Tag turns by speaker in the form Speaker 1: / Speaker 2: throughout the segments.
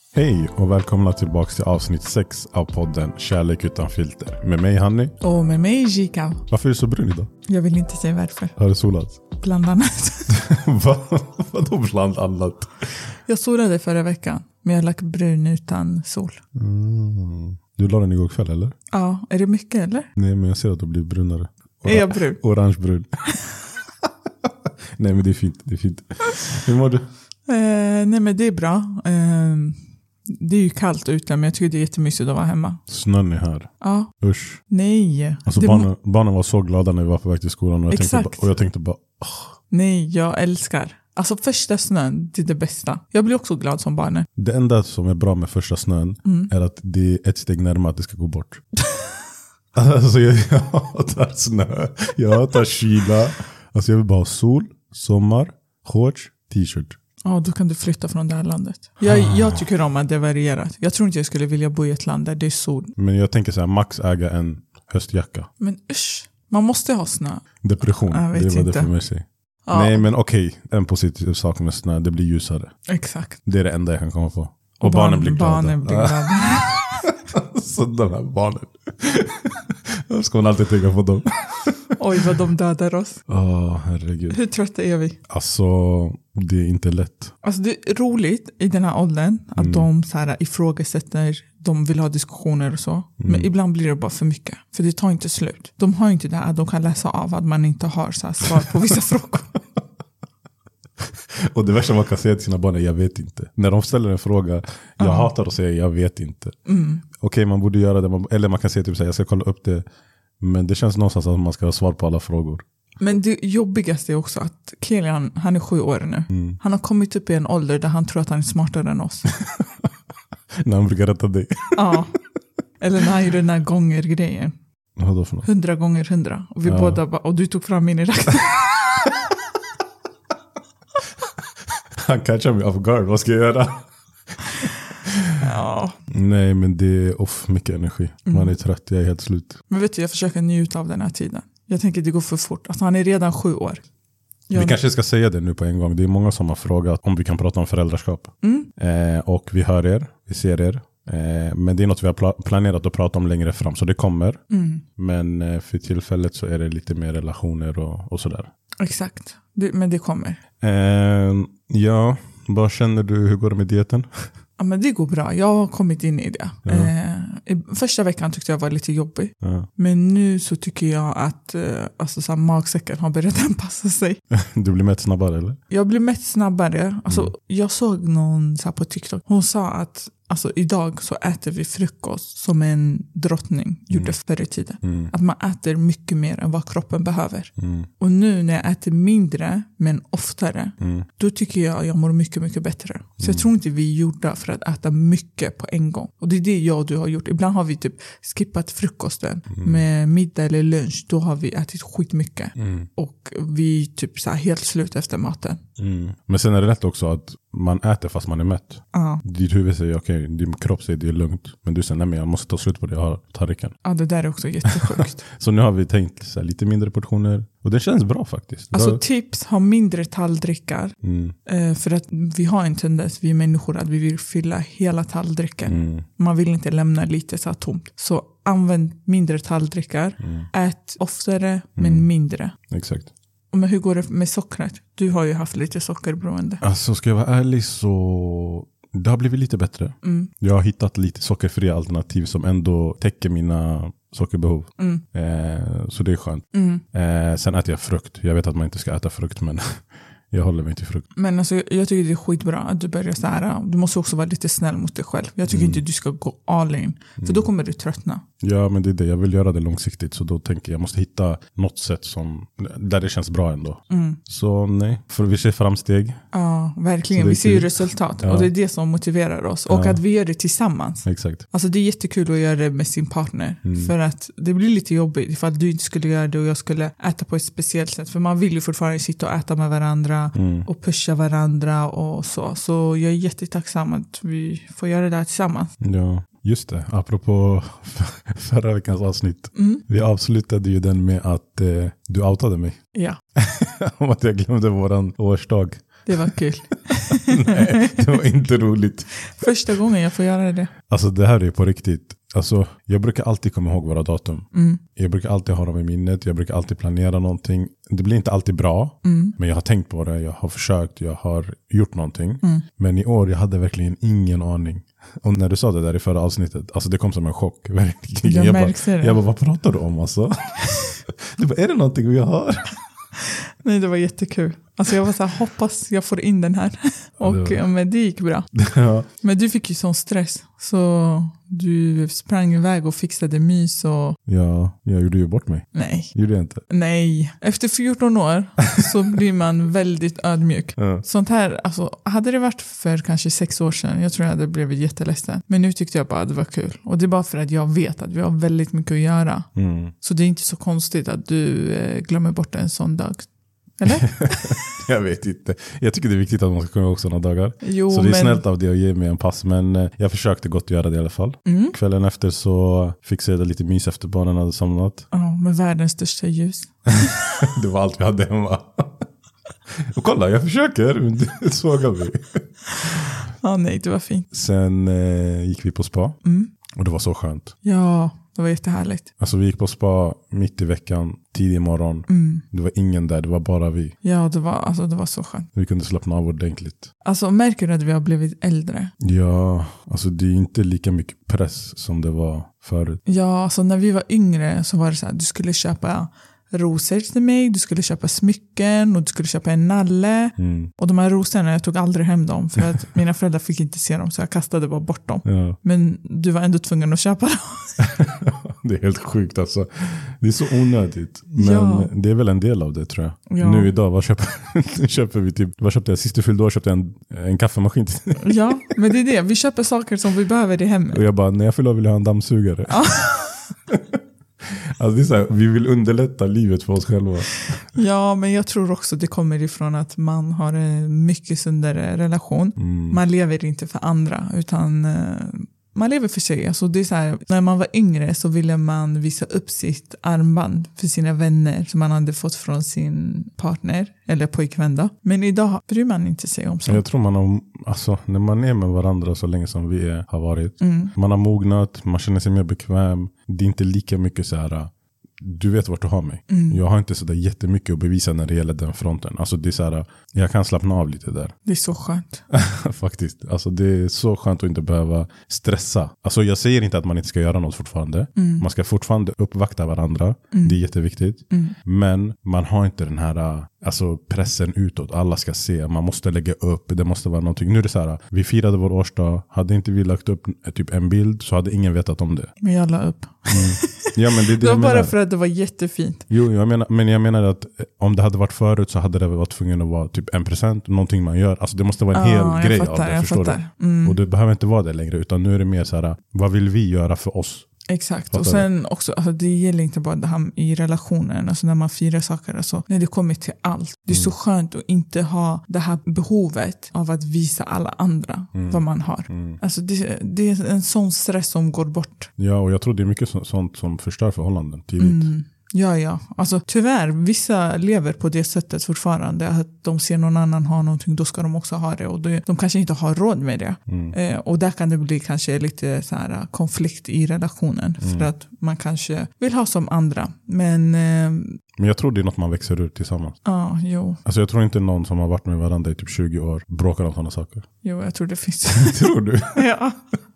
Speaker 1: Hej och välkomna tillbaka till avsnitt 6 av podden Kärlek utan filter. Med mig Hanni.
Speaker 2: Och med mig Jika.
Speaker 1: Varför är du så brun idag?
Speaker 2: Jag vill inte säga varför.
Speaker 1: Har du solat?
Speaker 2: Bland annat.
Speaker 1: Vadå bland annat?
Speaker 2: Jag solade förra veckan. Men jag har lagt brun utan sol.
Speaker 1: Du la den igår kväll eller?
Speaker 2: Ja, är det mycket eller?
Speaker 1: Nej, men jag ser att du blir brunare.
Speaker 2: Är jag brun?
Speaker 1: Orangebrun. Nej, men det är fint. Hur mår du?
Speaker 2: Nej, men det är bra. Det är ju kallt ute, men jag tycker det är jättemysigt att vara hemma.
Speaker 1: Snön är här.
Speaker 2: Ja.
Speaker 1: Usch.
Speaker 2: Nej.
Speaker 1: Alltså barnen var så glada när vi var på väg till skolan. Och jag tänkte bara...
Speaker 2: Nej, jag älskar. Alltså första snön, det är det bästa. Jag blir också glad som barnen.
Speaker 1: Det enda som är bra med första snön är att det är ett steg närmare att det ska gå bort. Alltså jag tar snö, jag tar kyla. Alltså jag vill bara ha sol, sommar, shorts, t-shirt.
Speaker 2: Ja, då kan du flytta från det här landet. Jag tycker om att det varierat. Jag tror inte jag skulle vilja bo i ett land där det är sol.
Speaker 1: Men jag tänker så här, max äga en höstjacka.
Speaker 2: Men man måste ha snö.
Speaker 1: Depression, det är vad det för mig sig. Ja. Nej, men okej. En positiv sak med snö, det blir ljusare.
Speaker 2: Exakt.
Speaker 1: Det är det enda jag kan komma på. Och barnen blir glada.
Speaker 2: Barnen blir glada.
Speaker 1: Så de här barnen. Jag ska man alltid tänka på dem.
Speaker 2: Oj, vad de dödar oss.
Speaker 1: Herregud.
Speaker 2: Hur trötta är vi?
Speaker 1: Alltså, det är inte lätt.
Speaker 2: Alltså, det är roligt i den här åldern att de så här ifrågasätter, de vill ha diskussioner och så. Men ibland blir det bara för mycket. För det tar inte slut. De har inte det här att de kan läsa av att man inte har så här svar på vissa frågor.
Speaker 1: Och det värsta man kan säga till sina barn är jag vet inte. När de ställer en fråga, jag hatar att säga jag vet inte. Okej, man borde göra det. Eller man kan säga typ så här, jag ska kolla upp det. Men det känns någonstans att man ska ha svar på alla frågor. Men
Speaker 2: det jobbigaste är också att Kilian, han är 7 år nu. Han har kommit upp i en ålder där han tror att han är smartare än oss.
Speaker 1: När han brukar rätta dig.
Speaker 2: Ja. Eller när han gör den här gånger-grejen.
Speaker 1: Vadå för något?
Speaker 2: 100 gånger 100. Och vi båda bara, och du tog fram min räkning.
Speaker 1: Han catchar mig off guard, vad ska jag göra?
Speaker 2: Ja.
Speaker 1: Nej, men det är mycket energi. Man är trött, jag är helt slut.
Speaker 2: Men vet du, jag försöker njuta av den här tiden. Jag tänker att det går för fort. Alltså han är redan 7 år.
Speaker 1: Vi kanske ska säga det nu på en gång. Det är många som har frågat om vi kan prata om föräldraskap. Och vi hör er, vi ser er. Men det är något vi har planerat att prata om längre fram. Så det kommer. Men för tillfället så är det lite mer relationer och sådär.
Speaker 2: Exakt, men det kommer.
Speaker 1: Ja, vad känner du? Hur går det med dieten?
Speaker 2: Ja, men det går bra. Jag har kommit in i det. Första veckan tyckte jag var lite jobbig. Men nu så tycker jag att alltså, så här, magsäcken har börjat anpassa sig.
Speaker 1: Du blir mätt snabbare eller?
Speaker 2: Jag blir mätt snabbare. Alltså, jag såg någon så här, på TikTok. Hon sa att alltså, idag så äter vi frukost som en drottning gjorde förr i tiden. Att man äter mycket mer än vad kroppen behöver. Och nu när jag äter mindre men oftare, då tycker jag mår mycket, mycket bättre. Så jag tror inte vi är gjorda för att äta mycket på en gång. Och det är det jag och du har gjort. Ibland har vi typ skippat frukosten med middag eller lunch. Då har vi ätit skitmycket. Och vi typ så här helt slut efter maten.
Speaker 1: Men sen är det lätt också att man äter fast man är mätt. Ditt huvud säger okej, din kropp säger det är lugnt. Men du säger nej, men jag måste ta slut på det jag har på tallriken.
Speaker 2: Ja, det där är också jättesjukt.
Speaker 1: Så nu har vi tänkt så här, lite mindre portioner. Och det känns bra faktiskt.
Speaker 2: Alltså tips, ha mindre tallrikar. För att vi har en tendens, vi människor, att vi vill fylla hela tallriken. Man vill inte lämna lite så här tomt. Så använd mindre tallrikar. Ät oftare men mindre.
Speaker 1: Exakt.
Speaker 2: Men hur går det med sockret? Du har ju haft lite sockerberoende.
Speaker 1: Alltså ska jag vara ärlig så det har blivit lite bättre. Jag har hittat lite sockerfria alternativ som ändå täcker mina sockerbehov. Så det är skönt. Sen äter jag frukt. Jag vet att man inte ska äta frukt, men jag håller mig till frukt.
Speaker 2: Men alltså, jag tycker det är skitbra att du börjar så här. Du måste också vara lite snäll mot dig själv. Jag tycker inte du ska gå all in. För då kommer du tröttna.
Speaker 1: Ja, men det är det. Jag vill göra det långsiktigt. Så då tänker jag måste hitta något sätt där det känns bra ändå. Så nej, för vi ser framsteg.
Speaker 2: Ja, verkligen. Vi ser ju resultat. Och det är det som motiverar oss. Och att vi gör det tillsammans.
Speaker 1: Exakt.
Speaker 2: Alltså det är jättekul att göra det med sin partner. För att det blir lite jobbigt ifall du inte skulle göra det och jag skulle äta på ett speciellt sätt. För man vill ju fortfarande sitta och äta med varandra. Och pusha varandra och så. Så jag är jättetacksam att vi får göra det där tillsammans.
Speaker 1: Ja, just det. Apropå förra veckans avsnitt. Vi avslutade ju den med att du outade mig.
Speaker 2: Ja.
Speaker 1: Om att jag glömde våran årsdag.
Speaker 2: Det var kul.
Speaker 1: Nej, det var inte roligt.
Speaker 2: Första gången jag får göra det.
Speaker 1: Alltså det här är på riktigt. Alltså, jag brukar alltid komma ihåg våra datum. Jag brukar alltid ha dem i minnet. Jag brukar alltid planera någonting. Det blir inte alltid bra. Men jag har tänkt på det. Jag har försökt. Jag har gjort någonting. Men i år, jag hade verkligen ingen aning. Och när du sa det där i förra avsnittet, alltså det kom som en chock. Verkligen. Jag bara, vad pratar du om alltså? Du bara, är det någonting vi har?
Speaker 2: Nej, det var jättekul. Alltså jag var så här, hoppas jag får in den här. Men det gick bra.
Speaker 1: Ja.
Speaker 2: Men du fick ju sån stress. Så du sprang iväg och fixade mys och...
Speaker 1: Ja, jag gjorde ju bort mig.
Speaker 2: Nej.
Speaker 1: Gjorde jag inte?
Speaker 2: Nej. Efter 14 år så blir man väldigt ödmjuk.
Speaker 1: Ja.
Speaker 2: Sånt här, alltså hade det varit för kanske 6 år sedan, jag tror jag hade blivit jätteledsen. Men nu tyckte jag bara att det var kul. Och det är bara för att jag vet att vi har väldigt mycket att göra. Så det är inte så konstigt att du glömmer bort en sån dag. Eller?
Speaker 1: Jag vet inte. Jag tycker det är viktigt att man ska komma ihåg sådana dagar.
Speaker 2: Jo,
Speaker 1: så det är snällt av dig att ge mig en pass. Men jag försökte gott göra det i alla fall. Kvällen efter så fixade jag lite mys efter barnen hade somnat.
Speaker 2: Ja, med världens största ljus.
Speaker 1: Det var allt vi hade hemma. Och kolla, jag försöker. Det sågar vi.
Speaker 2: Ja, nej, det var fint.
Speaker 1: Sen gick vi på spa. Och det var så skönt.
Speaker 2: Ja, det var jättehärligt.
Speaker 1: Alltså vi gick på spa mitt i veckan, tidig morgon. Det var ingen där, det var bara vi.
Speaker 2: Ja, det var så skönt.
Speaker 1: Vi kunde slappna av ordentligt.
Speaker 2: Alltså märker du att vi har blivit äldre?
Speaker 1: Ja, alltså det är inte lika mycket press som det var förut.
Speaker 2: Ja, alltså när vi var yngre så var det så här, du skulle köpa rosor till mig, du skulle köpa smycken och du skulle köpa en nalle. Och de här rosorna, jag tog aldrig hem dem för att mina föräldrar fick inte se dem så jag kastade bara bort dem.
Speaker 1: Ja.
Speaker 2: Men du var ändå tvungen att köpa dem.
Speaker 1: Det är helt sjukt alltså. Det är så onödigt. Men det är väl en del av det tror jag.
Speaker 2: Ja.
Speaker 1: Nu idag, vad köper vi typ? Vad köpte jag? Sist du fyllde år köpte jag en kaffemaskin.
Speaker 2: Ja, men det är det. Vi köper saker som vi behöver i hemmet.
Speaker 1: Och jag bara, när jag fyller år vill jag ha en dammsugare.
Speaker 2: Ja.
Speaker 1: Alltså det är så här, vi vill underlätta livet för oss själva.
Speaker 2: Ja, men jag tror också det kommer ifrån att man har en mycket sundare relation. Man lever inte för andra utan man lever för sig. Alltså det är så här, när man var yngre så ville man visa upp sitt armband för sina vänner som man hade fått från sin partner eller pojkvän då. Men idag bryr man inte sig om så.
Speaker 1: Jag tror man har, alltså när man är med varandra så länge som vi har varit. Man har mognat, man känner sig mer bekväm. Det är inte lika mycket så här, du vet vart du har mig. Jag har inte så där jättemycket att bevisa när det gäller den fronten. Alltså det är så här, jag kan slappna av lite där.
Speaker 2: Det är så skönt.
Speaker 1: Faktiskt. Alltså det är så skönt att inte behöva stressa. Alltså jag säger inte att man inte ska göra något fortfarande. Man ska fortfarande uppvakta varandra. Det är jätteviktigt. Men man har inte den här alltså pressen utåt. Alla ska se. Man måste lägga upp. Det måste vara någonting. Nu är det så här, vi firade vår årsdag. Hade inte vi lagt upp typ en bild så hade ingen vetat om det.
Speaker 2: Men jag la upp.
Speaker 1: Ja, men det
Speaker 2: var bara för att det var jättefint.
Speaker 1: Jo, jag menar att om det hade varit förut så hade det varit tvungen att vara typ 1%, någonting man gör. Alltså det måste vara en hel grej av det, förstår du? Och det behöver inte vara det längre, utan nu är det mer så här, vad vill vi göra för oss?
Speaker 2: Exakt, och sen också, alltså det gäller inte bara det här i relationen, alltså när man firar saker, alltså när det kommer till allt. Det är så skönt att inte ha det här behovet av att visa alla andra vad man har. Alltså det är en sån stress som går bort.
Speaker 1: Ja, och jag tror det är mycket sånt som förstör förhållanden tidigt.
Speaker 2: Ja. Alltså tyvärr, vissa lever på det sättet fortfarande. Att de ser någon annan ha någonting, då ska de också ha det. Och de kanske inte har råd med det. Och där kan det bli kanske lite så här konflikt i relationen. För att man kanske vill ha som andra. Men
Speaker 1: jag tror det är något man växer ut tillsammans.
Speaker 2: Ja, jo.
Speaker 1: Alltså jag tror inte någon som har varit med varandra i typ 20 år bråkar om sådana saker.
Speaker 2: Jo, jag tror det finns.
Speaker 1: Tror du?
Speaker 2: Ja.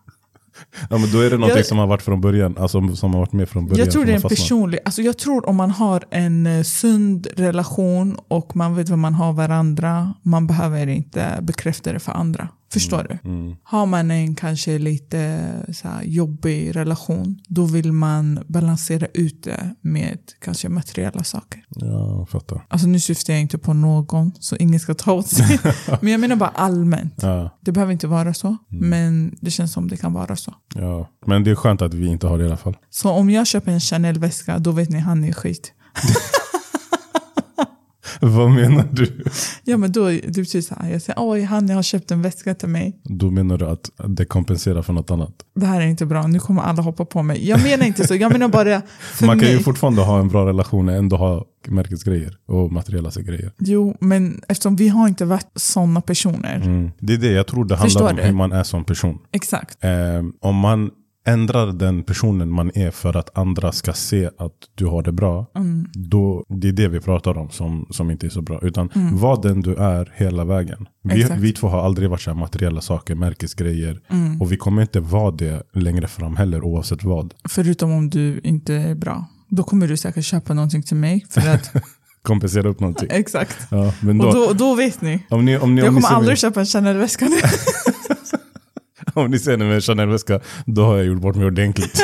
Speaker 1: Ja, men då är det någonting som har varit från början, alltså som har varit med från början.
Speaker 2: Jag tror det är en personlig, alltså jag tror om man har en sund relation och man vet vad man har varandra, man behöver inte bekräfta det för andra. Förstår du? Har man en kanske lite så här jobbig relation, då vill man balansera ut det med kanske materiella saker.
Speaker 1: Ja, jag fattar.
Speaker 2: Alltså nu syftar jag inte på någon, så ingen ska ta åt sig. Men jag menar bara allmänt.
Speaker 1: Ja.
Speaker 2: Det behöver inte vara så, men det känns som det kan vara så.
Speaker 1: Ja, men det är skönt att vi inte har det i alla fall.
Speaker 2: Så om jag köper en Chanel-väska, då vet ni, han är skit.
Speaker 1: Vad menar du?
Speaker 2: Ja, men då det betyder så här. Jag säger, oj, han har köpt en väska till mig.
Speaker 1: Då menar du att det kompenserar för något annat?
Speaker 2: Det här är inte bra, nu kommer alla hoppa på mig. Jag menar inte så, jag menar bara för
Speaker 1: man kan
Speaker 2: mig.
Speaker 1: ju fortfarande ha en bra relation och ändå ha märkesgrejer och materiella grejer.
Speaker 2: Jo, men eftersom vi har inte varit sådana personer.
Speaker 1: Det är det, jag tror det handlar om hur man är som person.
Speaker 2: Exakt.
Speaker 1: Om man ändrar den personen man är för att andra ska se att du har det bra, då det är det vi pratar om som inte är så bra. Utan vad den du är hela vägen. Vi två har aldrig varit så här materiella saker, märkesgrejer. Och vi kommer inte vara det längre fram heller, oavsett vad.
Speaker 2: Förutom om du inte är bra. Då kommer du säkert köpa någonting till mig för att
Speaker 1: kompensera upp någonting.
Speaker 2: Exakt.
Speaker 1: Ja, men
Speaker 2: och då vet ni. Jag kommer aldrig köpa en Chanel-väska nu.
Speaker 1: Om ni ser mig med en Chanel-väska, då har jag gjort bort mig ordentligt.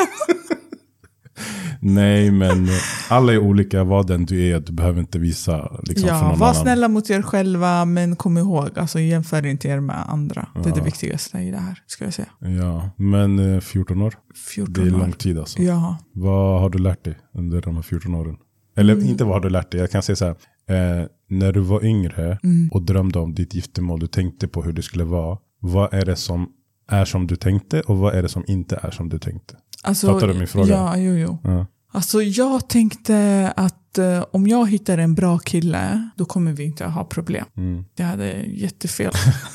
Speaker 1: Nej, men alla är olika. Vad den du är, du behöver inte visa liksom, för någon annan.
Speaker 2: Var snälla mot er själva, men kom ihåg, alltså jämför inte er med andra. Det är det viktigaste i det här, ska jag säga.
Speaker 1: Ja, men 14 år?
Speaker 2: 14
Speaker 1: det är lång tid alltså.
Speaker 2: Ja.
Speaker 1: Vad har du lärt dig under de här 14 åren? Eller inte vad har du lärt dig, jag kan säga så här. När du var yngre och drömde om ditt giftermål, du tänkte på hur det skulle vara. Vad är det som är som du tänkte och vad är det som inte är som du tänkte?
Speaker 2: Alltså,
Speaker 1: fattar du min fråga?
Speaker 2: Ja, jo. Ja. Alltså jag tänkte att om jag hittar en bra kille, då kommer vi inte ha problem. Det hade jättefel.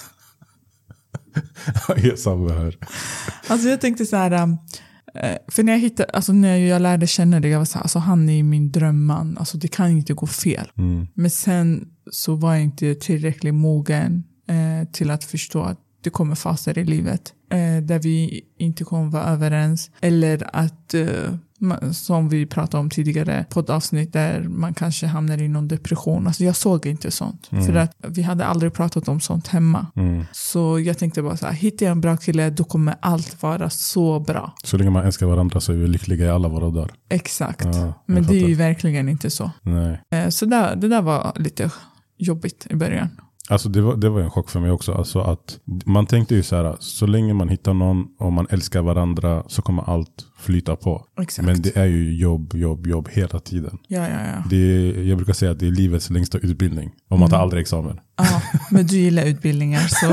Speaker 1: Jag är samma här.
Speaker 2: Alltså jag tänkte så här, för när jag lärde känna det, jag var så här, alltså han är min drömman, alltså det kan inte gå fel. Men sen så var jag inte tillräckligt mogen till att förstå att det kommer faser i livet där vi inte kommer vara överens, eller att som vi pratade om tidigare på ett avsnitt där man kanske hamnar i någon depression. Alltså jag såg inte sånt. För att vi hade aldrig pratat om sånt hemma. Så jag tänkte bara så här, hittar jag en bra kille, då kommer allt vara så bra.
Speaker 1: Så länge man älskar varandra så är vi lyckliga i alla våra dagar.
Speaker 2: Exakt. Ja, men det är ju verkligen inte så.
Speaker 1: Nej.
Speaker 2: Så det där var lite jobbigt i början.
Speaker 1: Alltså det var en chock för mig också. Alltså att man tänkte ju så här, så länge man hittar någon och man älskar varandra så kommer allt flyta på.
Speaker 2: Exakt.
Speaker 1: Men det är ju jobb hela tiden.
Speaker 2: Ja.
Speaker 1: Jag brukar säga att det är livets längsta utbildning. Om man tar aldrig examen.
Speaker 2: Ja, men du gillar utbildningar så.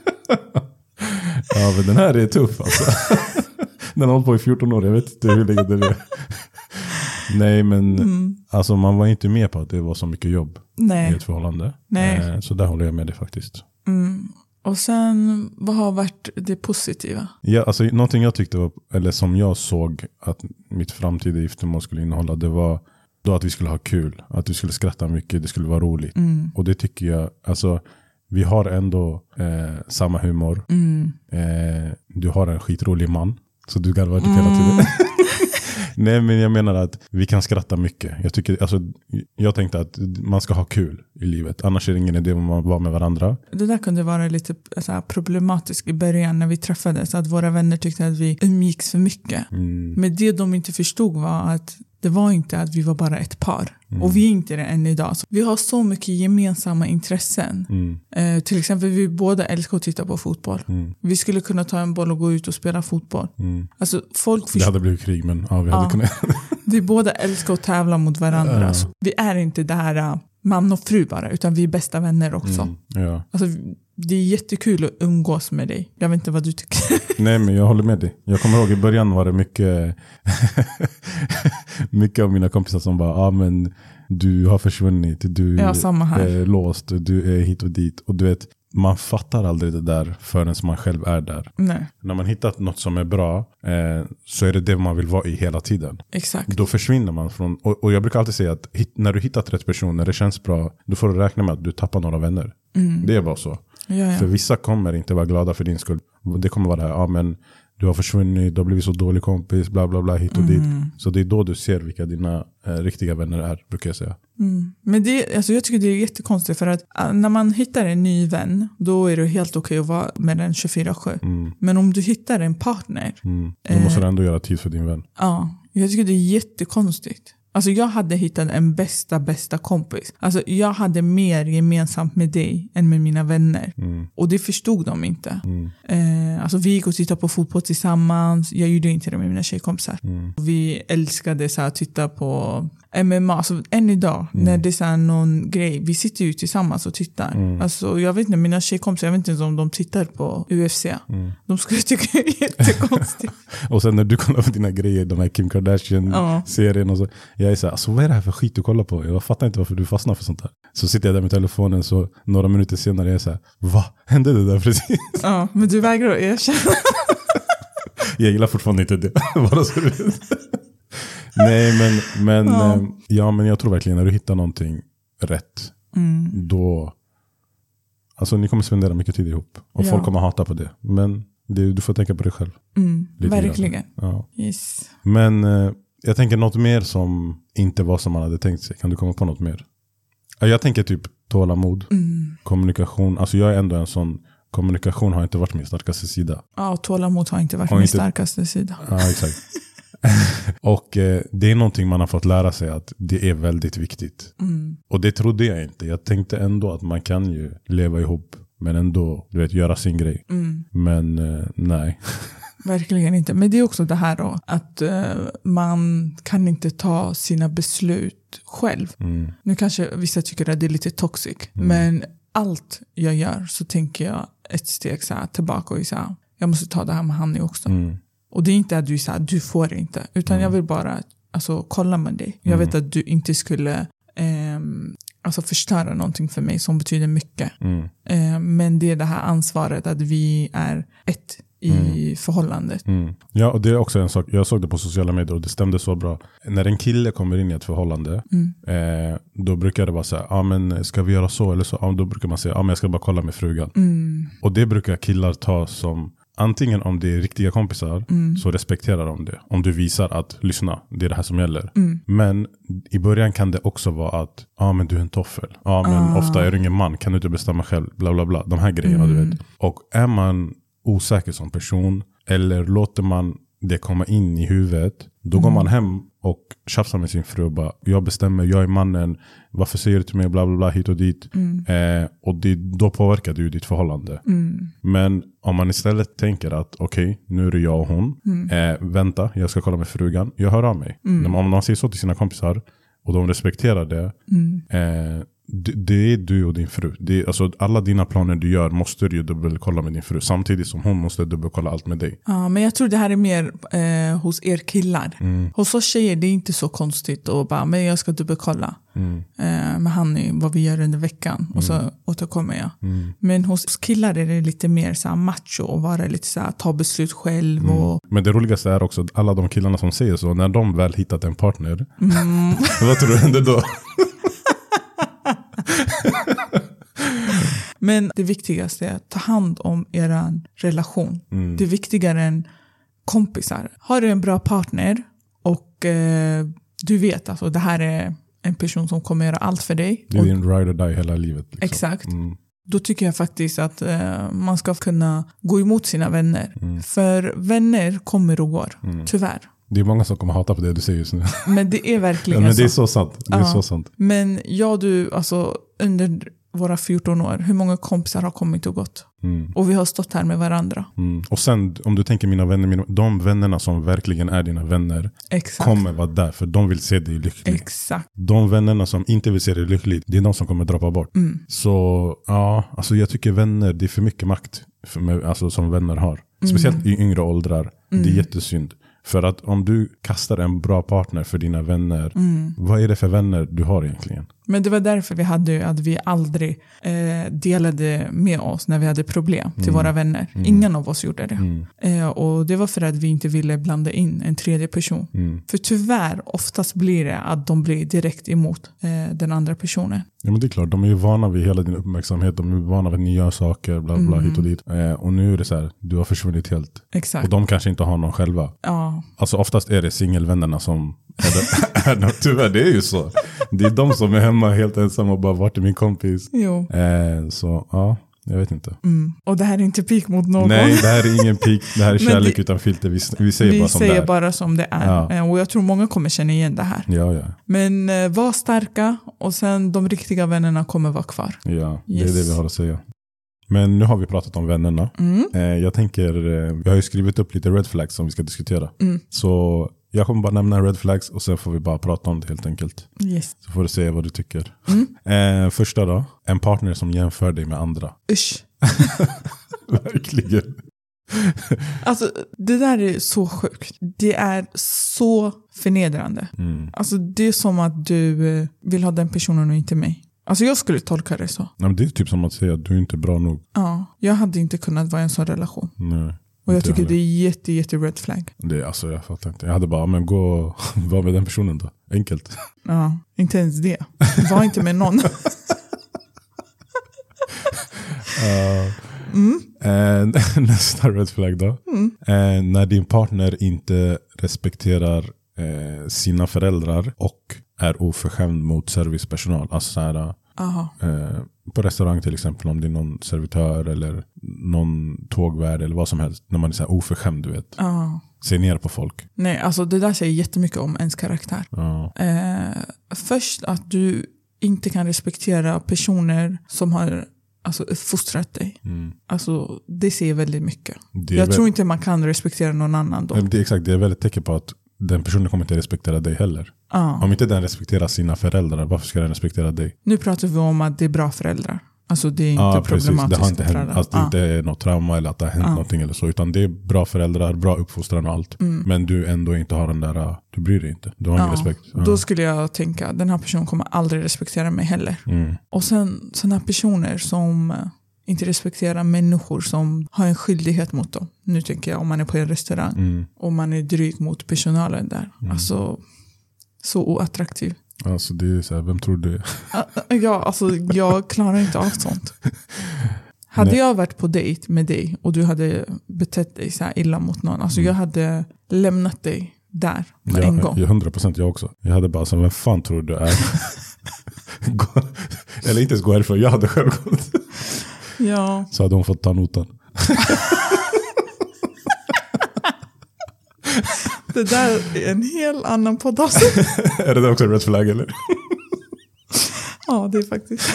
Speaker 1: Ja, men den här är tuff alltså. Den har hållit på i 14 år, jag vet inte hur länge det är. Nej, men alltså man var inte med på att det var så mycket jobb i ett förhållande.
Speaker 2: Nej.
Speaker 1: Så där håller jag med dig faktiskt.
Speaker 2: Och sen, vad har varit det positiva?
Speaker 1: Ja, alltså någonting jag tyckte var, eller som jag såg att mitt framtida giftermål skulle innehålla, det var då att vi skulle ha kul. Att vi skulle skratta mycket, det skulle vara roligt. Och det tycker jag, alltså vi har ändå samma humor. Du har en skitrolig man, så du garvar typ hela tiden. Nej, men jag menar att vi kan skratta mycket. Jag tänkte att man ska ha kul i livet. Annars är det ingen idé om man var med varandra. Det
Speaker 2: där kunde vara lite så här problematiskt i början när vi träffades. Att våra vänner tyckte att vi umgicks för mycket. Men det de inte förstod var att det var inte att vi var bara ett par. Och vi är inte det än idag. Så vi har så mycket gemensamma intressen. Till exempel vi båda älskar att titta på fotboll. Vi skulle kunna ta en boll och gå ut och spela fotboll. Alltså,
Speaker 1: det hade blivit krig, men vi hade kunnat.
Speaker 2: Vi båda älskar att tävla mot varandra. Så vi är inte där man och fru bara, utan vi är bästa vänner också. Alltså, det är jättekul att umgås med dig. Jag vet inte vad du tycker.
Speaker 1: Nej, men jag håller med dig. Jag kommer ihåg i början var det mycket av mina kompisar som bara, men du har försvunnit, du är låst, du är hit och dit. Och du vet, man fattar aldrig det där förrän man själv är där.
Speaker 2: Nej.
Speaker 1: När man hittat något som är bra så är det man vill vara i hela tiden.
Speaker 2: Exakt.
Speaker 1: Då försvinner man från, och jag brukar alltid säga att när du hittat rätt person, när det känns bra, då får du räkna med att du tappar några vänner. Det är bara så.
Speaker 2: Ja.
Speaker 1: För vissa kommer inte vara glada för din skull. Det kommer vara det här, men du har försvunnit, du har blivit så dålig kompis, bla bla bla, hit och dit. Så det är då du ser vilka dina riktiga vänner är, brukar jag säga.
Speaker 2: Men jag tycker det är jättekonstigt, för att när man hittar en ny vän, då är det helt okej att vara med den 24/7. Men om du hittar en partner,
Speaker 1: då måste du ändå göra tid för din vän.
Speaker 2: Ja, jag tycker det är jättekonstigt. Alltså jag hade hittat en bästa kompis. Alltså jag hade mer gemensamt med dig än med mina vänner. Och det förstod de inte. Alltså vi gick och tittade på fotboll tillsammans. Jag gjorde inte det med mina tjejkompisar. Vi älskade så här, att titta på MMA. Alltså än idag, när det är så här någon grej. Vi sitter ju tillsammans och tittar. Alltså jag vet inte, mina tjejkompisar, jag vet inte om de tittar på UFC. De skulle tycka det är jättekonstigt.
Speaker 1: Och sen när du kollar på dina grejer, de här Kim Kardashian-serien och så. Jag är så här, alltså vad är det här för skit du kollar på? Jag fattar inte varför du fastnar för sånt här. Så sitter jag där med telefonen, så några minuter senare är jag så här, va? Hände det där precis?
Speaker 2: Ja, men du vägrar att erkänna.
Speaker 1: Jag gillar fortfarande inte det. Bara så du vet. Nej, men jag tror verkligen när du hittar någonting rätt, då, alltså ni kommer spendera mycket tid ihop. Och folk kommer hata på det. Men du får tänka på det själv.
Speaker 2: Verkligen.
Speaker 1: Ja.
Speaker 2: Yes.
Speaker 1: Men jag tänker något mer som inte var som man hade tänkt sig. Kan du komma på något mer? Jag tänker typ tålamod, kommunikation. Alltså jag är ändå en sån, kommunikation har inte varit min starkaste sida.
Speaker 2: Ja, tålamod har inte varit min starkaste sida.
Speaker 1: Ja, exakt. Och det är någonting man har fått lära sig att det är väldigt viktigt. Och det trodde jag inte. Jag tänkte ändå att man kan ju leva ihop, men ändå, du vet, göra sin grej. Men nej.
Speaker 2: Verkligen inte. Men det är också det här då, att man kan inte ta sina beslut själv. Nu kanske vissa tycker att det är lite toxic. Men allt jag gör så tänker jag ett steg så här, tillbaka och så här, jag måste ta det här med Hanni också. Och det är inte att du så här, du får inte. Utan jag vill bara kolla med dig. Jag vet att du inte skulle förstöra någonting för mig som betyder mycket. Men det är det här ansvaret att vi är ett i förhållandet. Ja, och det är också en sak. Jag såg det på sociala medier och det stämde så bra. När en kille kommer in i ett förhållande, då brukar det vara så här, men ska vi göra så eller så? Då brukar man säga, men jag ska bara kolla med frugan. Och det brukar killar ta som, antingen om det är riktiga kompisar, så respekterar de det. Om du visar att, lyssna, det är det här som gäller. Men i början kan det också vara att, men du är en toffel. Men ofta är du ingen man, kan du inte bestämma själv, bla bla bla. De här grejerna, du vet. Och är man osäker som person, eller låter man det komma in i huvudet, då går man hem och tjafsar med sin fru och bara, jag bestämmer, jag är mannen, varför säger du till mig, bla bla bla, hit och dit. Och då påverkar du ditt förhållande. Men om man istället tänker att okej, nu är det jag och hon, vänta, jag ska kolla med frugan, jag hör av mig. Om man säger så till sina kompisar och de respekterar det, det är du och din fru. Det är, alltså, alla dina planer du gör måste du ju dubbelkolla med din fru, samtidigt som hon måste dubbelkolla allt med dig. Ja, men jag tror det här är mer hos er killar. Hos oss tjejer det är inte så konstigt och bara, men jag ska dubbelkolla med Hanni vad vi gör under veckan och så återkommer jag. Men hos killar är det lite mer så här macho och vara lite så här, ta beslut själv.
Speaker 1: Men det roligaste är också att alla de killarna som säger så, när de väl hittat en partner, vad tror du händer då?
Speaker 2: Men det viktigaste är att ta hand om er relation. Det är viktigare än kompisar. Har du en bra partner och du vet alltså det här är en person som kommer göra allt för dig.
Speaker 1: Det är en ride or die hela livet. Liksom.
Speaker 2: Exakt. Då tycker jag faktiskt att man ska kunna gå emot sina vänner. För vänner kommer och går, tyvärr.
Speaker 1: Det är många som kommer hata på det du säger just nu.
Speaker 2: Men det är verkligen
Speaker 1: men det är så sant. Det är så sant.
Speaker 2: Men du, alltså under våra 14 år, hur många kompisar har kommit och gått? Och vi har stått här med varandra. Och sen, om du tänker mina vänner, de vännerna som verkligen är dina vänner, kommer vara där, för de vill se dig lycklig. Exakt.
Speaker 1: De vännerna som inte vill se dig lycklig, det är de som kommer droppa bort. Så ja, alltså jag tycker vänner, det är för mycket makt för mig, alltså, som vänner har. Speciellt i yngre åldrar. Det är jättesynd. För att om du kastar en bra partner för dina vänner, vad är det för vänner du har egentligen? Men
Speaker 2: det var därför vi hade att vi aldrig delade med oss när vi hade problem till våra vänner. Ingen av oss gjorde det. Och det var för att vi inte ville blanda in en tredje person. För tyvärr oftast blir det att de blir direkt emot den andra personen.
Speaker 1: Ja, men det är klart, de är ju vana vid hela din uppmärksamhet. De är vana vid nya saker, bla bla, hit och dit. Och nu är det så här, du har försvunnit helt.
Speaker 2: Exakt.
Speaker 1: Och de kanske inte har någon själva.
Speaker 2: Ja.
Speaker 1: Alltså oftast är det singelvännerna som tyvärr, det är ju så. Det är de som är hemma helt ensamma och bara, vart är min kompis?
Speaker 2: Jo.
Speaker 1: Så ja, Jag vet inte.
Speaker 2: Och det här är inte pik mot någon.
Speaker 1: Nej, det här är ingen pik. Det här är kärlek utan filter. Vi säger bara som det är. Vi säger
Speaker 2: bara som det är. Ja. Och jag tror många kommer känna igen det här.
Speaker 1: Ja.
Speaker 2: Men var starka och sen de riktiga vännerna kommer vara kvar.
Speaker 1: Ja, det är det vi har att säga. Men nu har vi pratat om vännerna. Jag tänker, vi har ju skrivit upp lite red flags som vi ska diskutera. Så jag kommer bara nämna red flags och sen får vi bara prata om det helt enkelt.
Speaker 2: Yes.
Speaker 1: Så får du säga vad du tycker. Första då, en partner som jämför dig med andra.
Speaker 2: Usch.
Speaker 1: Verkligen.
Speaker 2: Alltså det där är så sjukt. Det är så förnedrande. Alltså det är som att du vill ha den personen och inte mig. Alltså jag skulle tolka det så.
Speaker 1: Nej, men det är typ som att säga att du är inte bra nog.
Speaker 2: Ja, jag hade inte kunnat vara i en sån relation.
Speaker 1: Nej.
Speaker 2: Och jag tycker det är jätte red flag.
Speaker 1: Alltså jag fattar inte. Jag hade bara, men gå och vara med den personen då. Enkelt.
Speaker 2: Ja, inte ens det. Var inte med någon.
Speaker 1: Nästa red flag då. När din partner inte respekterar sina föräldrar och är oförskämd mot servicepersonal. Alltså så här, på restaurang till exempel, om det är någon servitör eller någon tågvärd eller vad som helst, när man är så här oförskämd, du vet. Se ner på folk. Nej,
Speaker 2: alltså det där säger jättemycket om ens karaktär. Först att du inte kan respektera personer som har uppfostrat dig. Alltså det säger väldigt mycket. Jag tror inte man kan respektera någon annan då.
Speaker 1: Det är exakt, det är väldigt tecken på att den personen kommer inte respektera dig heller. Om inte den respekterar sina föräldrar, varför ska den respektera dig?
Speaker 2: Nu pratar vi om att det är bra föräldrar. Alltså det är inte problematiskt.
Speaker 1: Det har inte hänt, att det inte är något trauma eller att det har hänt någonting eller så. Utan det är bra föräldrar, bra uppfostran och allt. Men du ändå inte har den där, du bryr dig inte. Du har ingen respekt.
Speaker 2: Då skulle jag tänka, den här personen kommer aldrig respektera mig heller. Och sen sådana personer som inte respekterar människor som har en skyldighet mot dem. Nu tänker jag om man är på en restaurang och man är dryg mot personalen där. Alltså så oattraktiv.
Speaker 1: Alltså det är så här, vem tror du?
Speaker 2: Ja, alltså jag klarar inte av sånt. Hade jag varit på dejt med dig och du hade betett dig så här illa mot någon, alltså jag hade lämnat dig där på en gång.
Speaker 1: 100% jag också. Jag hade bara så, vem fan tror du är? Eller inte ens gå härifrån, jag hade själv gått.
Speaker 2: Ja.
Speaker 1: Så hade hon fått ta notan.
Speaker 2: Det där är en helt annan podd.
Speaker 1: Är det också red flag eller?
Speaker 2: Ja, det är faktiskt.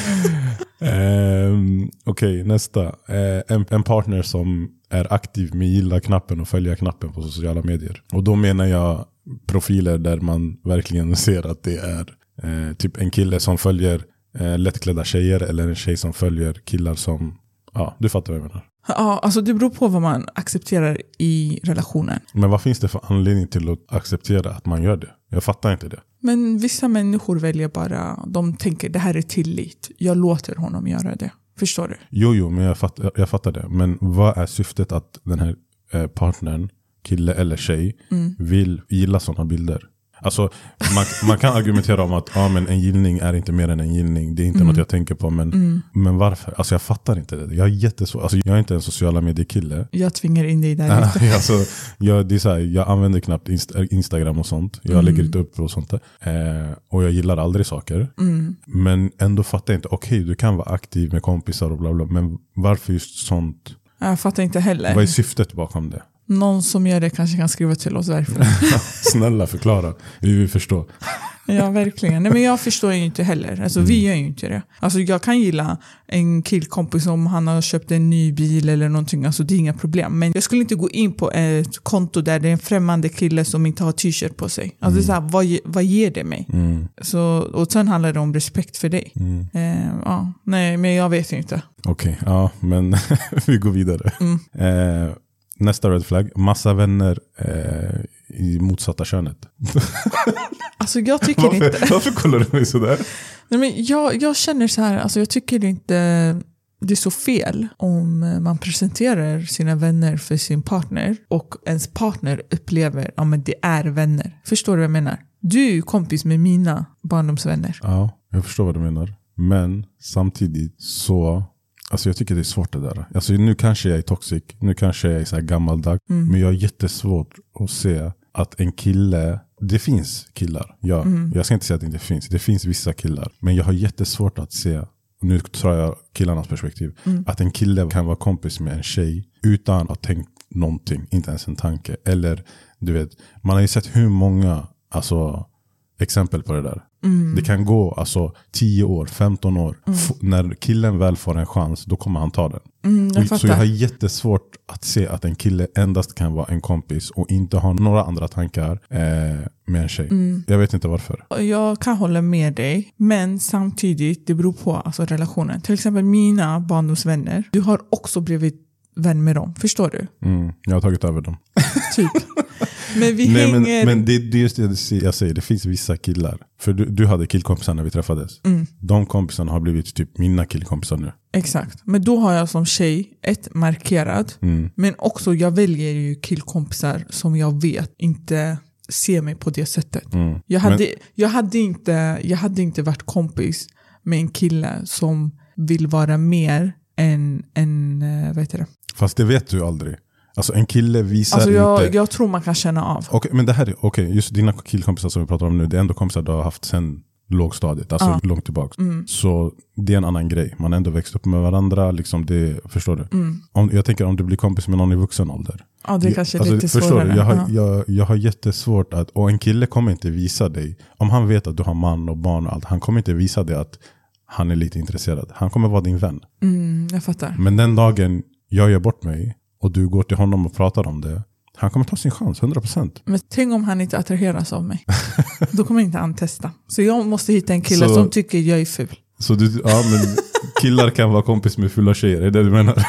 Speaker 1: Okej, nästa. En partner som är aktiv med gilla-knappen och följa-knappen på sociala medier. Och då menar jag profiler där man verkligen ser att det är typ en kille som följer lättklädda tjejer eller en tjej som följer killar som, ja, du fattar vad jag menar.
Speaker 2: Ja, alltså det beror på vad man accepterar i relationen.
Speaker 1: Men vad finns det för anledning till att acceptera att man gör det? Jag fattar inte det.
Speaker 2: Men vissa människor väljer bara, de tänker det här är tillit. Jag låter honom göra det. Förstår du?
Speaker 1: Jo, men jag fattar det. Men vad är syftet att den här partnern, kille eller tjej, vill gilla sådana bilder? Alltså man kan argumentera om att men en gillning är inte mer än en gillning. Det är inte något jag tänker på, men varför? Alltså jag fattar inte det. Jag är inte en sociala mediekille.
Speaker 2: Jag tvingar in dig där lite.
Speaker 1: Alltså, det är så här, jag använder knappt Instagram och sånt. Jag lägger inte upp och sånt där. Och jag gillar aldrig saker. Men ändå fattar jag inte. Okej, du kan vara aktiv med kompisar och bla bla. Men varför just sånt?
Speaker 2: Jag fattar inte heller.
Speaker 1: Vad är syftet bakom det?
Speaker 2: Någon som gör det kanske kan skriva till oss därför.
Speaker 1: Snälla förklara. Vi vill förstå.
Speaker 2: Ja, verkligen. Nej, men jag förstår ju inte heller. Alltså vi gör ju inte det. Alltså jag kan gilla en killkompis om han har köpt en ny bil eller någonting. Alltså det är inga problem. Men jag skulle inte gå in på ett konto där det är en främmande kille som inte har t-shirt på sig. Alltså det är så här, vad ger det mig? Så, och sen handlar det om respekt för dig. Nej, men jag vet inte.
Speaker 1: Okej, men vi går vidare. Nästa red flag, massa vänner i motsatta könet.
Speaker 2: Alltså jag tycker inte...
Speaker 1: Varför kollar du mig sådär?
Speaker 2: Nej, men jag känner så här, alltså jag tycker inte det är så fel om man presenterar sina vänner för sin partner och ens partner upplever att det är vänner. Förstår du vad jag menar? Du är ju kompis med mina barndomsvänner.
Speaker 1: Ja, jag förstår vad du menar. Men samtidigt så... Alltså jag tycker det är svårt det där. Alltså nu kanske jag är toxic. Nu kanske jag är så här gammaldags. Men jag har jättesvårt att se att en kille... Det finns killar. Ja, jag ska inte säga att det inte finns. Det finns vissa killar. Men jag har jättesvårt att se nu tror jag killarnas perspektiv, att en kille kan vara kompis med en tjej utan att ha tänkt någonting, inte ens en tanke. Eller du vet, man har ju sett hur många exempel på det där. Det kan gå 10 år, 15 år. När killen väl får en chans, då kommer han ta den. Så jag har jättesvårt att se att en kille endast kan vara en kompis och inte ha några andra tankar med en tjej. Jag vet inte varför.
Speaker 2: Jag kan hålla med dig, men samtidigt det beror på relationen. Till exempel mina barndomsvänner, du har också blivit vän med dem, förstår du?
Speaker 1: Jag har tagit över dem.
Speaker 2: Typ. Men vi hänger...
Speaker 1: Men det är just det jag säger, det finns vissa killar. För du hade killkompisar när vi träffades. De kompisarna har blivit typ mina killkompisar nu.
Speaker 2: Exakt, men då har jag som tjej markerad. Men också jag väljer ju killkompisar som jag vet inte ser mig på det sättet. Jag hade inte varit kompis med en kille som vill vara mer än vad heter det?
Speaker 1: Fast det vet du aldrig. Alltså en kille visar inte...
Speaker 2: Jag tror man kan känna av.
Speaker 1: Okay, men det här är just dina killkompisar som vi pratar om nu, det är ändå kompisar du har haft sen lågstadiet, alltså långt tillbaka. Så det är en annan grej. Man har ändå växt upp med varandra, liksom det, förstår du? Jag tänker om du blir kompis med någon i vuxen ålder.
Speaker 2: Ja, det är kanske lite svårare.
Speaker 1: Jag har jättesvårt att, och en kille kommer inte visa dig, om han vet att du har man och barn och allt, han kommer inte visa dig att han är lite intresserad. Han kommer vara din vän.
Speaker 2: Jag fattar.
Speaker 1: Men den dagen jag gör bort mig och du går till honom och pratar om det, han kommer ta sin chans, 100%.
Speaker 2: Men tänk om han inte attraheras av mig. Då kommer inte han testa. Så jag måste hitta en kille som tycker jag är ful.
Speaker 1: Så men killar kan vara kompis med fulla tjejer, är det du menar?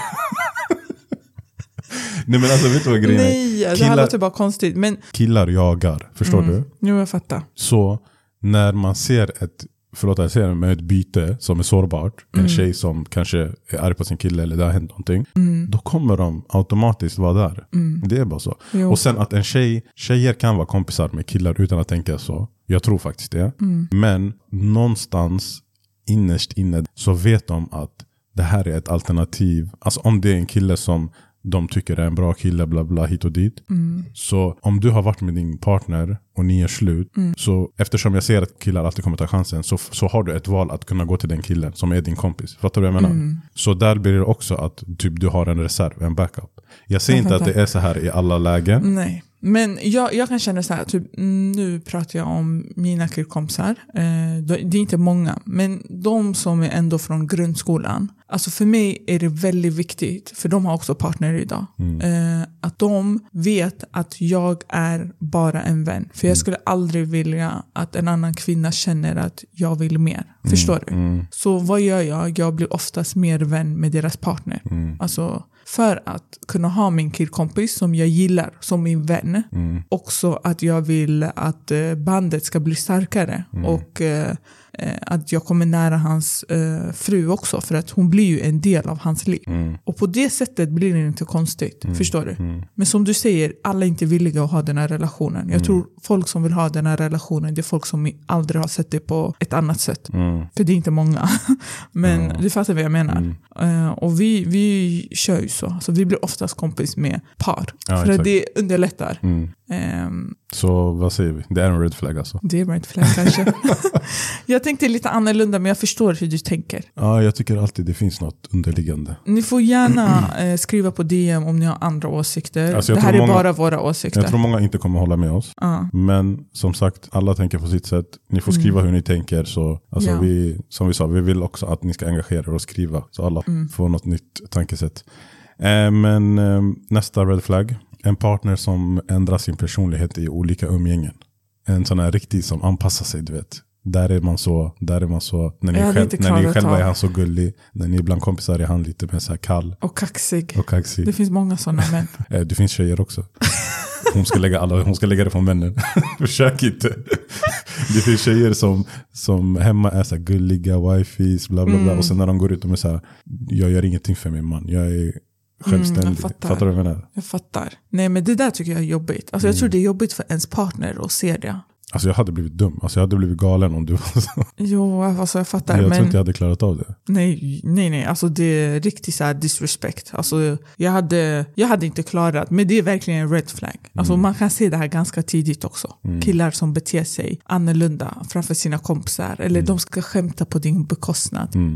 Speaker 1: Nej, men alltså, vet du vad grejen är?
Speaker 2: Nej, det här låter bara konstigt. Men...
Speaker 1: Killar jagar, förstår du?
Speaker 2: Jo, jag fattar.
Speaker 1: Så när man ser med ett byte som är sårbart, en tjej som kanske är arg på sin kille eller det har hänt någonting, då kommer de automatiskt vara där. Det är bara så.
Speaker 2: Jo.
Speaker 1: Och sen att tjejer kan vara kompisar med killar utan att tänka så. Jag tror faktiskt det. Men någonstans innerst inne så vet de att det här är ett alternativ. Alltså om det är en kille som de tycker är en bra kille, bla bla, hit och dit. Så om du har varit med din partner och ni är slut, så eftersom jag ser att killar alltid kommer ta chansen, så har du ett val att kunna gå till den killen som är din kompis. Fattar du vad jag menar? Så där blir det också att typ, du har en reserv, en backup. Jag säger inte att det är så här i alla lägen.
Speaker 2: Nej. Men jag kan känna så här, typ, nu pratar jag om mina killkompisar. Det är inte många, men de som är ändå från grundskolan. Alltså för mig är det väldigt viktigt, för de har också partner idag. Att de vet att jag är bara en vän. För jag skulle aldrig vilja att en annan kvinna känner att jag vill mer. Förstår du? Så vad gör jag? Jag blir oftast mer vän med deras partner. Alltså för att kunna ha min killkompis som jag gillar som min vän. Också att jag vill att bandet ska bli starkare. Och att jag kommer nära hans fru också. För att hon blir ju en del av hans liv. Och på det sättet blir det inte konstigt. Förstår du? Men som du säger, alla är inte villiga att ha den här relationen. Jag tror folk som vill ha den här relationen, det är folk som aldrig har sett det på ett annat sätt. För det är inte många. Men du fattar vad jag menar. Och vi kör ju så. Alltså, vi blir oftast kompis med par.
Speaker 1: Ja,
Speaker 2: för
Speaker 1: exakt.
Speaker 2: att det underlättar.
Speaker 1: Så vad säger vi? Det är en red flag alltså.
Speaker 2: Det är en red flag kanske. Jag tänkte lite annorlunda, men jag förstår hur du tänker.
Speaker 1: Ja, jag tycker alltid det finns något underliggande.
Speaker 2: Ni får gärna skriva på DM om ni har andra åsikter.
Speaker 1: Alltså,
Speaker 2: det här är bara våra åsikter.
Speaker 1: Jag tror många inte kommer hålla med oss. Men som sagt, alla tänker på sitt sätt. Ni får skriva hur ni tänker. Så, alltså, som vi sa, vi vill också att ni ska engagera er och skriva. Så alla får något nytt tankesätt. Men nästa red flag. En partner som ändrar sin personlighet i olika umgängen. En sån här riktig som anpassar sig, du vet. Där är man så. När ni själva är han så gullig. När ni är bland kompisar är han lite mer så här kall.
Speaker 2: Och kaxig.
Speaker 1: Det
Speaker 2: finns många sådana män.
Speaker 1: Det finns tjejer också. Hon ska lägga det på männen. Försök inte. Det finns tjejer som hemma är så här gulliga, wifis, bla bla bla. Och sen när de går ut och är så här, jag gör ingenting för min man. Jag är självständig. Fattar du vad jag menar?
Speaker 2: Jag fattar. Nej, men det där tycker jag är jobbigt. Alltså jag tror det är jobbigt för ens partner att se det.
Speaker 1: Alltså jag hade blivit dum. Alltså jag hade blivit galen om du var så.
Speaker 2: Jo, alltså jag fattar.
Speaker 1: Jag tror inte jag hade klarat av det.
Speaker 2: Nej. Alltså det är riktigt så här disrespect. Alltså jag hade inte klarat. Men det är verkligen en red flag. Alltså man kan se det här ganska tidigt också. Killar som beter sig annorlunda framför sina kompisar. Eller de ska skämta på din bekostnad.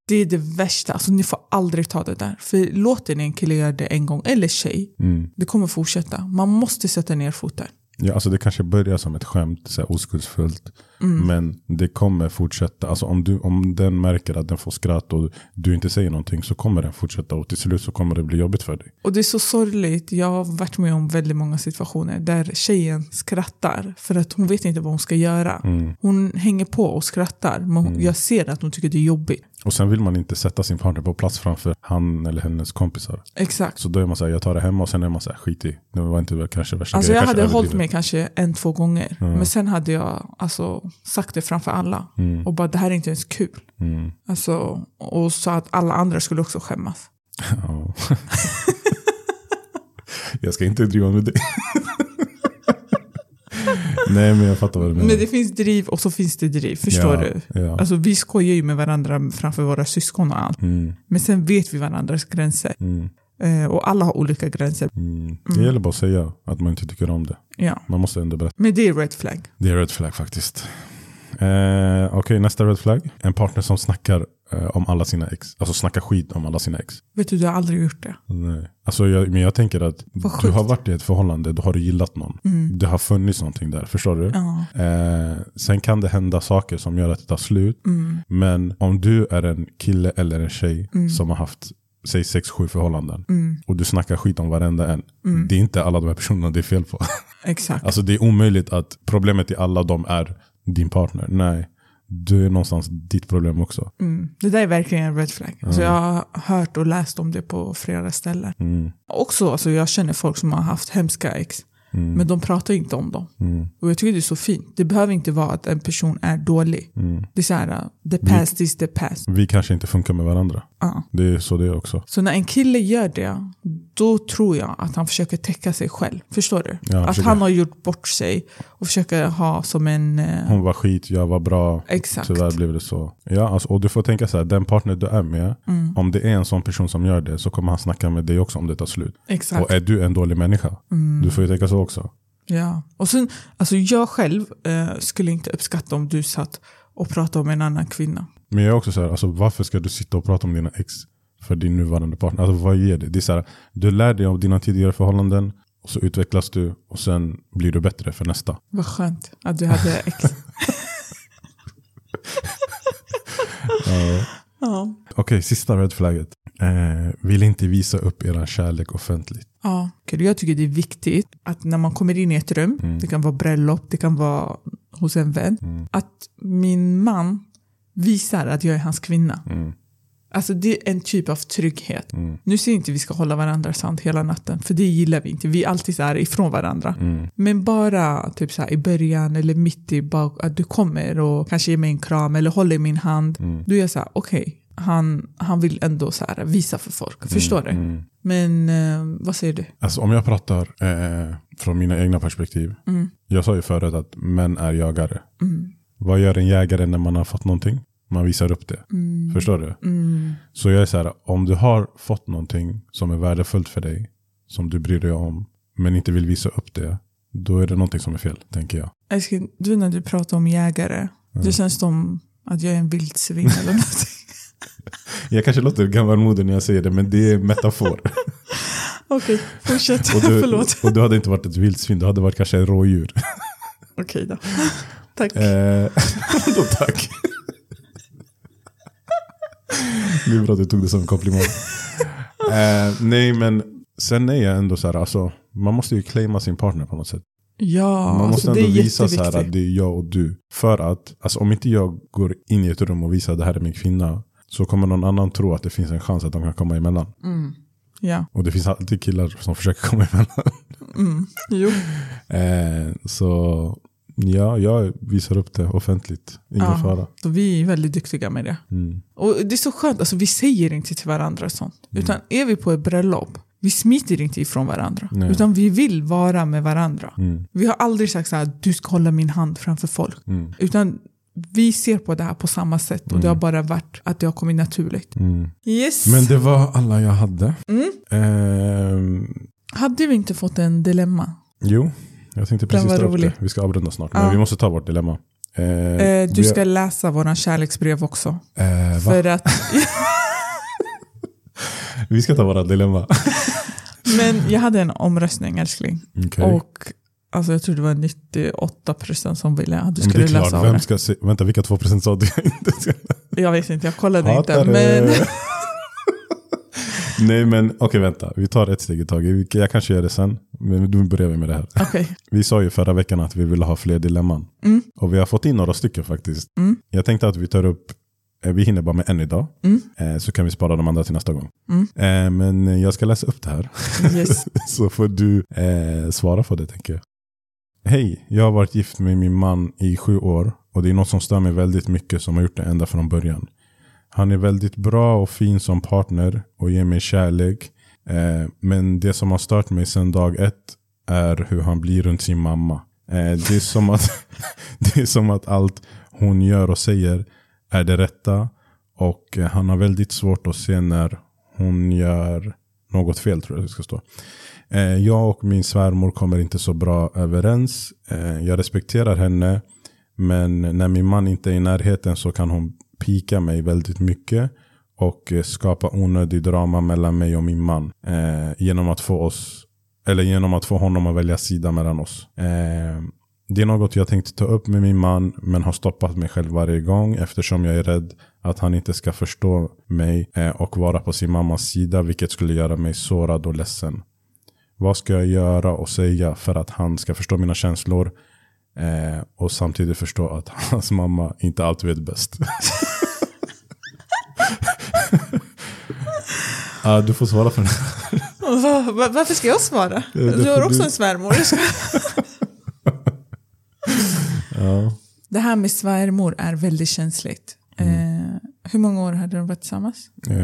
Speaker 2: Det är det värsta. Alltså ni får aldrig ta det där. För låter ni en kille göra det en gång, eller tjej, det kommer fortsätta. Man måste sätta ner foten.
Speaker 1: Ja, alltså det kanske börjar som ett skämt, så här oskuldsfullt. Men det kommer fortsätta. Alltså om den märker att den får skratt och du inte säger någonting, så kommer den fortsätta. Och till slut så kommer det bli jobbigt för dig.
Speaker 2: Och det är så sorgligt. Jag har varit med om väldigt många situationer där tjejen skrattar för att hon vet inte vad hon ska göra. Hon hänger på och skrattar. Men jag ser att hon tycker det är jobbigt.
Speaker 1: Och sen vill man inte sätta sin partner på plats framför han eller hennes kompisar.
Speaker 2: Exakt.
Speaker 1: Så då är man så här, jag tar det hemma, och sen är man så här, skit i. Det var inte kanske värsta
Speaker 2: alltså
Speaker 1: grejen.
Speaker 2: Jag hade hållit mig kanske 1-2 gånger. Men sen hade jag alltså sagt det framför alla. Och bara, det här är inte ens kul. Alltså, och så att alla andra skulle också skämmas.
Speaker 1: Ja. Jag ska inte driva med det. Nej, men jag fattar vad du menar.
Speaker 2: Men det finns driv och så finns det driv, förstår du? Ja. Alltså vi skojar ju med varandra framför våra syskon och allt. Men sen vet vi varandras gränser. Och alla har olika gränser.
Speaker 1: Det gäller bara att säga att man inte tycker om det.
Speaker 2: Ja.
Speaker 1: Man måste ändå berätta.
Speaker 2: Men det är red flag.
Speaker 1: Det är red flag faktiskt. Okej, nästa red flag. En partner som snackar om alla sina ex. Alltså snackar skit om alla sina ex.
Speaker 2: Vet du har aldrig gjort det.
Speaker 1: Nej. Alltså men jag tänker att du har varit i ett förhållande, då har du gillat någon. Det har funnits någonting där, förstår du?
Speaker 2: Ja.
Speaker 1: Sen kan det hända saker som gör att det tar slut. Men om du är en kille eller en tjej som har haft, säg 6-7 förhållanden, och du snackar skit om varenda en. Det är inte alla de här personerna det är fel på.
Speaker 2: Exakt.
Speaker 1: Alltså det är omöjligt att problemet i alla dem är din partner. Nej, du är någonstans ditt problem också.
Speaker 2: Det där är verkligen en red flag. Alltså jag har hört och läst om det på flera ställen. Också, alltså jag känner folk som har haft hemska ex. Men de pratar inte om dem. Och jag tycker det är så fint. Det behöver inte vara att en person är dålig. Det är så här, the past is the past.
Speaker 1: Vi kanske inte funkar med varandra. Det är så det är också.
Speaker 2: Så när en kille gör det, då tror jag att han försöker täcka sig själv. Förstår du?
Speaker 1: Ja,
Speaker 2: att han har gjort bort sig och försöker ha som en...
Speaker 1: Hon var skit, jag var bra.
Speaker 2: Exakt.
Speaker 1: Tyvärr blev det så. Ja, alltså, och du får tänka så här, den partner du är med, om det är en sån person som gör det, så kommer han snacka med dig också om det tar slut.
Speaker 2: Exakt.
Speaker 1: Och är du en dålig människa, du får ju tänka så också.
Speaker 2: Ja, och sen, alltså jag själv skulle inte uppskatta om du satt och pratade om en annan kvinna.
Speaker 1: Men jag är också så här, alltså, varför ska du sitta och prata om dina ex för din nuvarande partner? Alltså vad ger det? Det är så här, du lär dig av dina tidigare förhållanden, och så utvecklas du, och sen blir du bättre för nästa.
Speaker 2: Vad skönt att du hade ex. Ja.
Speaker 1: Okej, sista red flagget. Vill inte visa upp era kärlek offentligt.
Speaker 2: Ja, jag tycker det är viktigt att när man kommer in i ett rum, det kan vara bröllop, det kan vara hos en vän, att min man visar att jag är hans kvinna. Alltså det är en typ av trygghet. Nu säger inte vi ska hålla varandra sant hela natten, för det gillar vi inte. Vi är alltid så här ifrån varandra. Men bara typ så här i början eller mitt i bak, att du kommer och kanske ger mig en kram eller håller min hand. Då är jag så här, okej. Han vill ändå så här visa för folk. Förstår du? Men vad säger du?
Speaker 1: Alltså om jag pratar från mina egna perspektiv. Jag sa ju förut att män är jagare. Vad gör en jägare när man har fått någonting? Man visar upp det. Förstår du? Så jag är så här, om du har fått någonting som är värdefullt för dig, som du bryr dig om, men inte vill visa upp det, då är det någonting som är fel, tänker jag.
Speaker 2: Du, när du pratar om jägare, det känns som att jag är en vildsvin eller någonting.
Speaker 1: Jag kanske låter gammalmodig när jag säger det, men det är metafor.
Speaker 2: Okej, fortsätt. Förlåt.
Speaker 1: Och du hade inte varit ett vildsvin, du hade varit kanske en rådjur.
Speaker 2: Okej då. Tack.
Speaker 1: Då tack. Det är bra att du tog det som en komplimang. Nej, men sen är jag ändå så här, alltså, man måste ju claima sin partner på något sätt.
Speaker 2: Ja,
Speaker 1: man måste ändå visa så här
Speaker 2: att
Speaker 1: det är jag och du. För att, alltså, om inte jag går in i ett rum och visar att det här är min kvinna, så kommer någon annan tro att det finns en chans att de kan komma emellan.
Speaker 2: Ja.
Speaker 1: Och det finns alltid killar som försöker komma emellan.
Speaker 2: Jo.
Speaker 1: Så ja, jag visar upp det offentligt. Ingen fara.
Speaker 2: Så vi är väldigt duktiga med det. Och det är så skönt, alltså, vi säger inte till varandra sånt. Utan är vi på ett bröllop, vi smiter inte ifrån varandra. Nej. Utan vi vill vara med varandra. Vi har aldrig sagt så här, du ska hålla min hand framför folk. Utan vi ser på det här på samma sätt. Och det har bara varit att det har kommit naturligt. Yes.
Speaker 1: Men det var alla jag hade.
Speaker 2: Hade vi inte fått en dilemma?
Speaker 1: Jo, jag tänkte precis ta upp det. Vi ska avrunda snart. Men vi måste ta vårt dilemma.
Speaker 2: Du ska läsa våran kärleksbrev också. För att...
Speaker 1: Vi ska ta våra dilemma.
Speaker 2: Men jag hade en omröstning, älskling.
Speaker 1: Okay.
Speaker 2: Och alltså, jag tror det var 98% som ville att du skulle läsa av
Speaker 1: det. Vem ska se? Vänta, vilka 2% sa du inte?
Speaker 2: Jag vet inte, jag kollade inte. Men...
Speaker 1: Nej, men okej, vänta. Vi tar ett steg i taget. Jag kanske gör det sen. Men då börjar vi med det här.
Speaker 2: Okay.
Speaker 1: Vi sa ju förra veckan att vi ville ha fler dilemman. Och vi har fått in några stycken faktiskt. Jag tänkte att vi tar upp... Vi hinner bara med en idag. Så kan vi spara de andra till nästa gång. Men jag ska läsa upp det här.
Speaker 2: Yes.
Speaker 1: Så får du svara på det, tänker jag. Hej, jag har varit gift med min man i 7 år. Och det är något som stör mig väldigt mycket, som har gjort det ända från början. Han är väldigt bra och fin som partner och ger mig kärlek. Men det som har stört mig sedan dag 1 är hur han blir runt sin mamma. Det är som att allt hon gör och säger är det rätta. Och han har väldigt svårt att se när hon gör något fel, tror jag det ska stå. Jag och min svärmor kommer inte så bra överens. Jag respekterar henne. Men när min man inte är i närheten så kan hon pika mig väldigt mycket och skapa onödig drama mellan mig och min man genom att få honom att välja sida mellan oss. Det är något jag tänkte ta upp med min man, men har stoppat mig själv varje gång eftersom jag är rädd att han inte ska förstå mig och vara på sin mammas sida, vilket skulle göra mig sårad och ledsen. Vad ska jag göra och säga för att han ska förstå mina känslor och samtidigt förstå att hans mamma inte alltid vet bäst? Du får svara för det.
Speaker 2: Varför ska jag svara? Du har också en svärmor.
Speaker 1: Ja.
Speaker 2: Det här med svärmor är väldigt känsligt. Hur många år hade de varit tillsammans?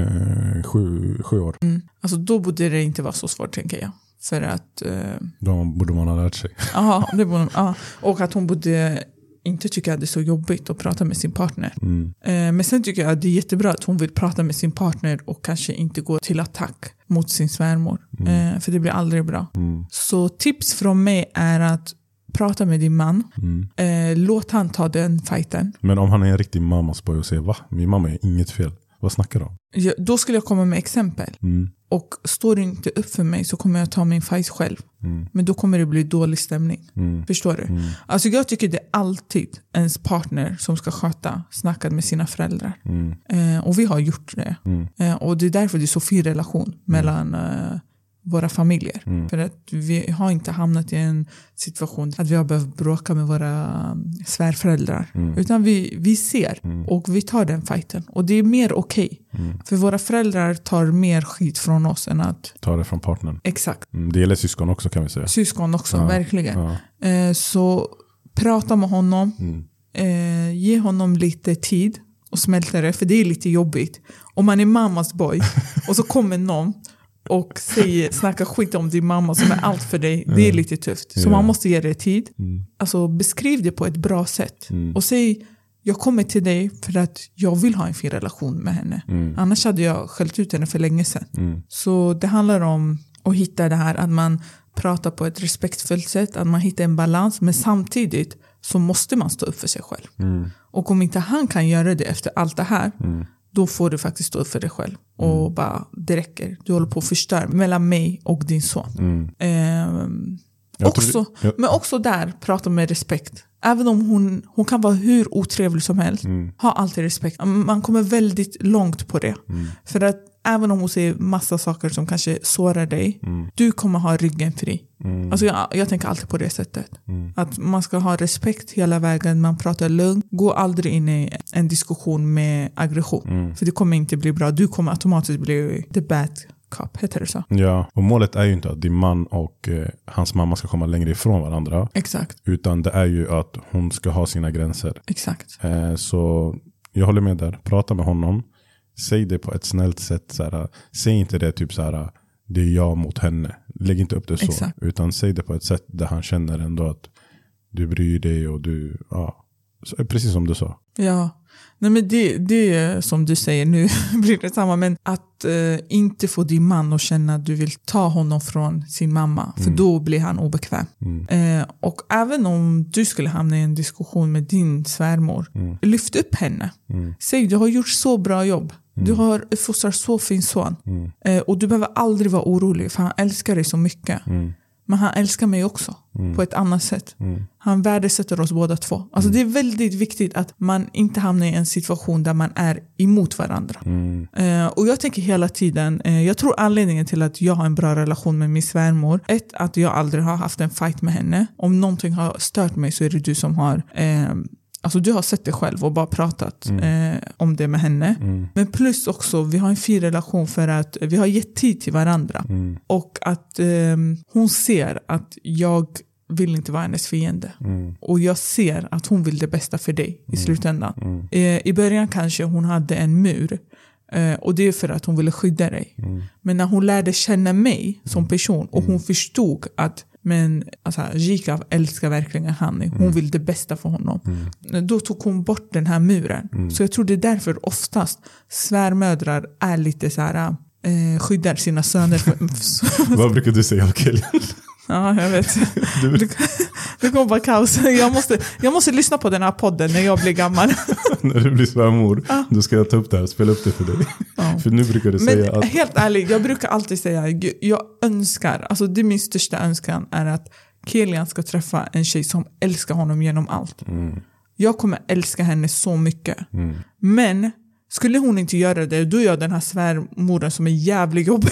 Speaker 1: 7 år.
Speaker 2: Alltså då borde det inte vara så svårt, tänker jag. För att...
Speaker 1: Då borde man ha lärt sig.
Speaker 2: Aha, det borde, ja. Och att hon borde inte tycka att det är så jobbigt att prata med sin partner. Men sen tycker jag att det är jättebra att hon vill prata med sin partner och kanske inte gå till attack mot sin svärmor. För det blir aldrig bra. Så tips från mig är att prata med din man. Låt han ta den fighten.
Speaker 1: Men om han är en riktig mammasboy och säger, va? Min mamma är inget fel. Vad snackar du om?
Speaker 2: Då skulle jag komma med exempel. Och står det inte upp för mig så kommer jag ta min fight själv. Men då kommer det bli dålig stämning. Förstår du? Alltså jag tycker det är alltid ens partner som ska snacka med sina föräldrar. Och vi har gjort det. Och det är därför det är så fin relation mellan våra familjer. För att vi har inte hamnat i en situation att vi har behövt bråka med våra svärföräldrar. Utan vi ser och vi tar den fighten. Och det är mer okej. För våra föräldrar tar mer skit från oss än att...
Speaker 1: Ta det från partnern.
Speaker 2: Exakt.
Speaker 1: Det gäller syskon också, kan vi säga.
Speaker 2: Syskon också, verkligen. Så prata med honom. Ge honom lite tid och smälta det. För det är lite jobbigt. Om man är mammas boy och så kommer någon och snackar skit om din mamma som är allt för dig. Det är lite tufft. Så man måste ge det tid. Alltså beskriv det på ett bra sätt. Och säg, jag kommer till dig för att jag vill ha en fin relation med henne. Annars hade jag skällt ut henne för länge sedan. Så det handlar om att hitta det här. Att man pratar på ett respektfullt sätt. Att man hittar en balans. Men samtidigt så måste man stå upp för sig själv. Och om inte han kan göra det efter allt det här... Då får du faktiskt stå upp för dig själv. Och bara, det räcker. Du håller på att förstöra mellan mig och din son. Men också där, prata med respekt. Även om hon kan vara hur otrevlig som helst. Ha alltid respekt. Man kommer väldigt långt på det. För att även om hon säger massa saker som kanske sårar dig. Du kommer ha ryggen fri. Alltså jag tänker alltid på det sättet. Att man ska ha respekt hela vägen. Man pratar lugnt. Gå aldrig in i en diskussion med aggression. För det kommer inte bli bra. Du kommer automatiskt bli the bad cop, heter det så? Ja,
Speaker 1: och målet är ju inte att din man och hans mamma ska komma längre ifrån varandra.
Speaker 2: Exakt.
Speaker 1: Utan det är ju att hon ska ha sina gränser.
Speaker 2: Exakt.
Speaker 1: Så jag håller med där. Prata med honom. Säg det på ett snällt sätt. Såhär. Säg inte det typ så här: det är jag mot henne. Lägg inte upp det så. Exakt. Utan säg det på ett sätt där han känner ändå att du bryr dig och du precis som du sa.
Speaker 2: Ja. Nej, men det är som du säger, nu blir det samma, men att inte få din man att känna att du vill ta honom från sin mamma, för då blir han obekväm. Och även om du skulle hamna i en diskussion med din svärmor, lyft upp henne. Säg, du har gjort så bra jobb. Du har fostrat så fin son. Och du behöver aldrig vara orolig, för han älskar dig så mycket. Men han älskar mig också på ett annat sätt. Han värdesätter oss båda två. Alltså det är väldigt viktigt att man inte hamnar i en situation där man är emot varandra. Och jag tänker hela tiden, jag tror anledningen till att jag har en bra relation med min svärmor, att jag aldrig har haft en fight med henne. Om någonting har stört mig så är det du som har... Alltså du har sett det själv och bara pratat om det med henne. Men plus också, vi har en fin relation för att vi har gett tid till varandra. Och att hon ser att jag vill inte vara hennes fiende. Och jag ser att hon vill det bästa för dig i slutändan. I början kanske hon hade en mur. Och det är för att hon ville skydda dig. Men när hon lärde känna mig som person och hon förstod att men alltså, Jikav älskar verkligen Hanni. Hon vill det bästa för honom. Då tog hon bort den här muren. Så jag tror det är därför oftast svärmödrar är lite så här skyddar sina söner.
Speaker 1: Vad brukar du säga, Kelly?
Speaker 2: Ja, jag vet. Det kommer bara kaos. Jag måste lyssna på den här podden när jag blir gammal.
Speaker 1: När du blir svärmor, då ska jag ta upp det här och spela upp det för dig. För nu brukar du säga att...
Speaker 2: Helt ärligt, jag brukar alltid säga, jag önskar, alltså det min största önskan är att Kelian ska träffa en tjej som älskar honom genom allt. Jag kommer älska henne så mycket. Men skulle hon inte göra det, då är jag den här svärmoren som är jävligt jobbig.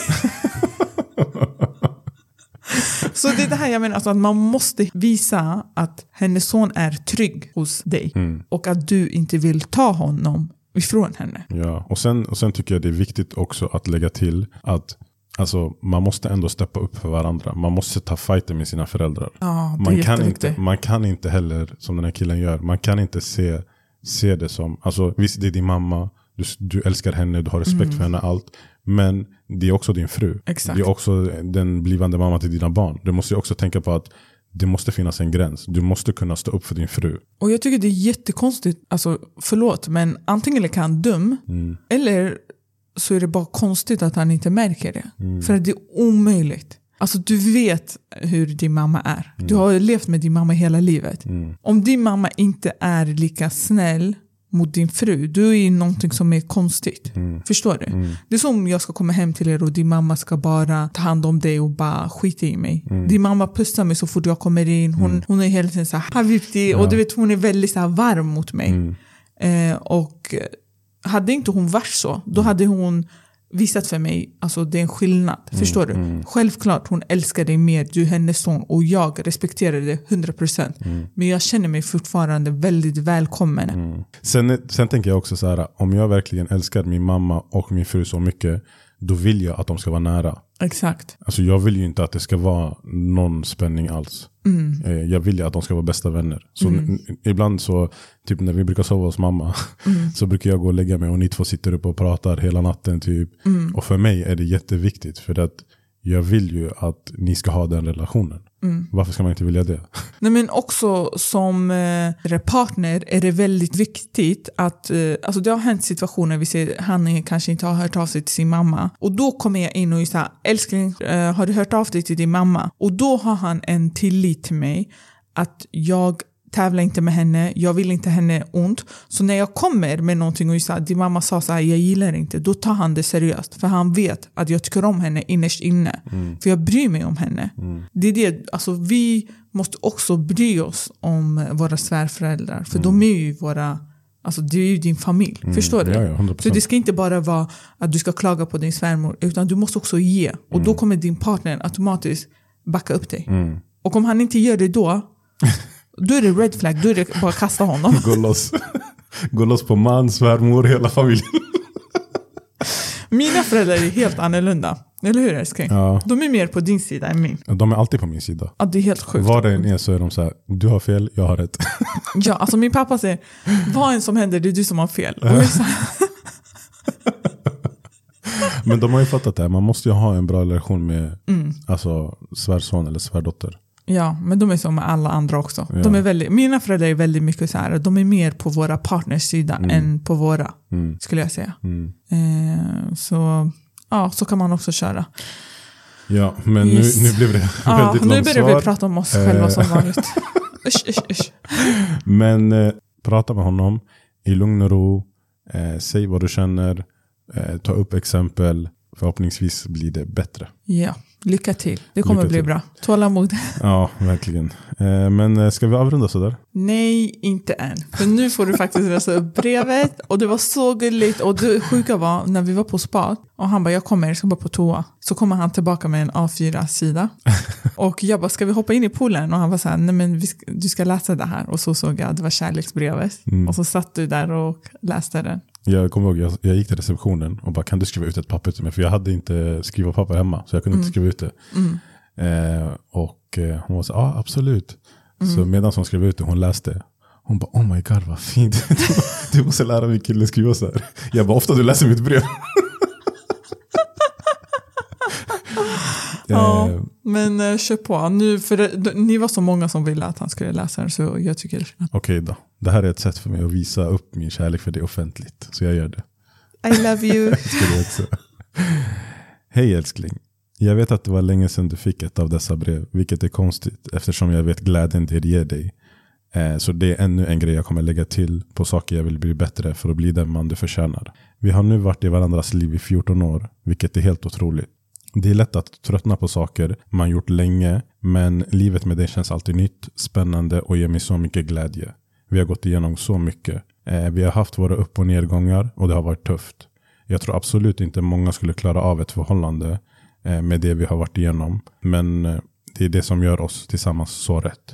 Speaker 2: Så det är det här jag menar, alltså att man måste visa att hennes son är trygg hos dig. Och att du inte vill ta honom ifrån henne. Ja,
Speaker 1: och sen tycker jag det är viktigt också att lägga till att alltså, man måste ändå steppa upp för varandra. Man måste ta fighten med sina föräldrar.
Speaker 2: Ja,
Speaker 1: man kan inte heller, som den här killen gör, man kan inte se det som, alltså visst det är din mamma, du älskar henne, du har respekt för henne, allt. Men det är också din fru.
Speaker 2: Exakt.
Speaker 1: Det är också den blivande mamma till dina barn. Du måste också tänka på att det måste finnas en gräns. Du måste kunna stå upp för din fru.
Speaker 2: Och jag tycker det är jättekonstigt, alltså förlåt, men antingen är han dum eller så är det bara konstigt att han inte märker det. För att det är omöjligt. Alltså du vet hur din mamma är. Du har levt med din mamma hela livet. Om din mamma inte är lika snäll mot din fru, då är det någonting som är konstigt. Förstår du? Det är som om jag ska komma hem till er och din mamma ska bara ta hand om dig och bara skita i mig. Din mamma pussar mig så fort jag kommer in. Hon är hela tiden så här havifti, och du vet, hon är väldigt så här varm mot mig. Och hade inte hon varit så, då hade hon visat för mig, alltså det är en skillnad. Förstår du? Självklart hon älskar dig mer, du är hennes son, och jag respekterar det 100%. Men jag känner mig fortfarande väldigt välkommen.
Speaker 1: Sen tänker jag också så här, om jag verkligen älskar min mamma och min fru så mycket, då vill jag att de ska vara nära.
Speaker 2: Exakt.
Speaker 1: Alltså jag vill ju inte att det ska vara någon spänning alls. Jag vill ju att de ska vara bästa vänner. Så ibland så, typ när vi brukar sova hos mamma, så brukar jag gå och lägga mig och ni två sitter upp och pratar hela natten typ. Och för mig är det jätteviktigt, för att jag vill ju att ni ska ha den relationen. Varför ska man inte vilja det?
Speaker 2: Nej, men också som partner är det väldigt viktigt att, alltså det har hänt situationer, vi ser han kanske inte har hört av sig till sin mamma, och då kommer jag in och säger, älskling, har du hört av dig till din mamma? Och då har han en tillit till mig att jag tävlar inte med henne, jag vill inte henne ont. Så när jag kommer med någonting och säger, din mamma sa så här, jag gillar inte, då tar han det seriöst. För han vet att jag tycker om henne innerst inne. För jag bryr mig om henne. Det är det, alltså vi måste också bry oss om våra svärföräldrar. För de är ju våra, alltså det är ju din familj. Förstår du?
Speaker 1: Ja,
Speaker 2: så det ska inte bara vara att du ska klaga på din svärmor, utan du måste också ge. Och då kommer din partner automatiskt backa upp dig. Och om han inte gör det då är det red flag, då är det bara kasta honom.
Speaker 1: Gå loss på man, svärmor, hela familjen.
Speaker 2: Mina föräldrar är helt annorlunda. Eller hur, älskling?
Speaker 1: Ja.
Speaker 2: De är mer på din sida än min.
Speaker 1: De är alltid på min sida.
Speaker 2: Ja, det är helt sjukt.
Speaker 1: Var det än är så är de så här, du har fel, jag har rätt.
Speaker 2: Ja, alltså min pappa säger, vad än som händer, det är du som har fel. Och jag är så här...
Speaker 1: Men de har ju fattat det här. Man måste ju ha en bra relation med alltså svärson eller svärdotter.
Speaker 2: Ja, men de är som med alla andra också.
Speaker 1: Ja.
Speaker 2: De är mina föräldrar är väldigt mycket så här. De är mer på våra partners sida än på våra, skulle jag säga. Så kan man också köra.
Speaker 1: Ja, men nu blev det väldigt långt
Speaker 2: nu börjar vi prata om oss själva som vanligt. Usch.
Speaker 1: Men prata med honom i lugn och ro. Säg vad du känner. Ta upp exempel. Förhoppningsvis blir det bättre.
Speaker 2: Ja, lycka till. Det kommer bli bra. Tålamod.
Speaker 1: Ja, verkligen. Men ska vi avrunda så där?
Speaker 2: Nej, inte än. För nu får du faktiskt läsa upp brevet. Och det var så gulligt. Och det sjuka var när vi var på spa. Och han bara, jag ska bara på toa. Så kommer han tillbaka med en A4-sida. Och jag bara, ska vi hoppa in i poolen? Och han var så här, nej men du ska läsa det här. Och så såg jag att det var kärleksbrevet. Och så satt du där och läste den. Jag kommer
Speaker 1: ihåg, jag gick till receptionen och bara, kan du skriva ut ett papper till mig? För jag hade inte skriva papper hemma, så jag kunde inte skriva ut det. Och hon var så, ja absolut. Så medan hon skrev ut det, hon läste. Hon bara, oh my god vad fint. Du måste lära mig killen skriva så här. Jag bara, ofta du läser mitt brev.
Speaker 2: Ja, men kör på. Nu, för ni var så många som ville att han skulle läsa den, så jag tycker...
Speaker 1: Okej då. Det här är ett sätt för mig att visa upp min kärlek för det offentligt. Så jag gör det.
Speaker 2: I love you.
Speaker 1: Hej älskling. Jag vet att det var länge sedan du fick ett av dessa brev, vilket är konstigt eftersom jag vet glädjen det ger dig. Så det är ännu en grej jag kommer lägga till på saker jag vill bli bättre för att bli den man du förtjänar. Vi har nu varit i varandras liv i 14 år, vilket är helt otroligt. Det är lätt att tröttna på saker man gjort länge, men livet med dig känns alltid nytt, spännande och ger mig så mycket glädje. Vi har gått igenom så mycket. Vi har haft våra upp- och nedgångar och det har varit tufft. Jag tror absolut inte många skulle klara av ett förhållande med det vi har varit igenom, men det är det som gör oss tillsammans så rätt.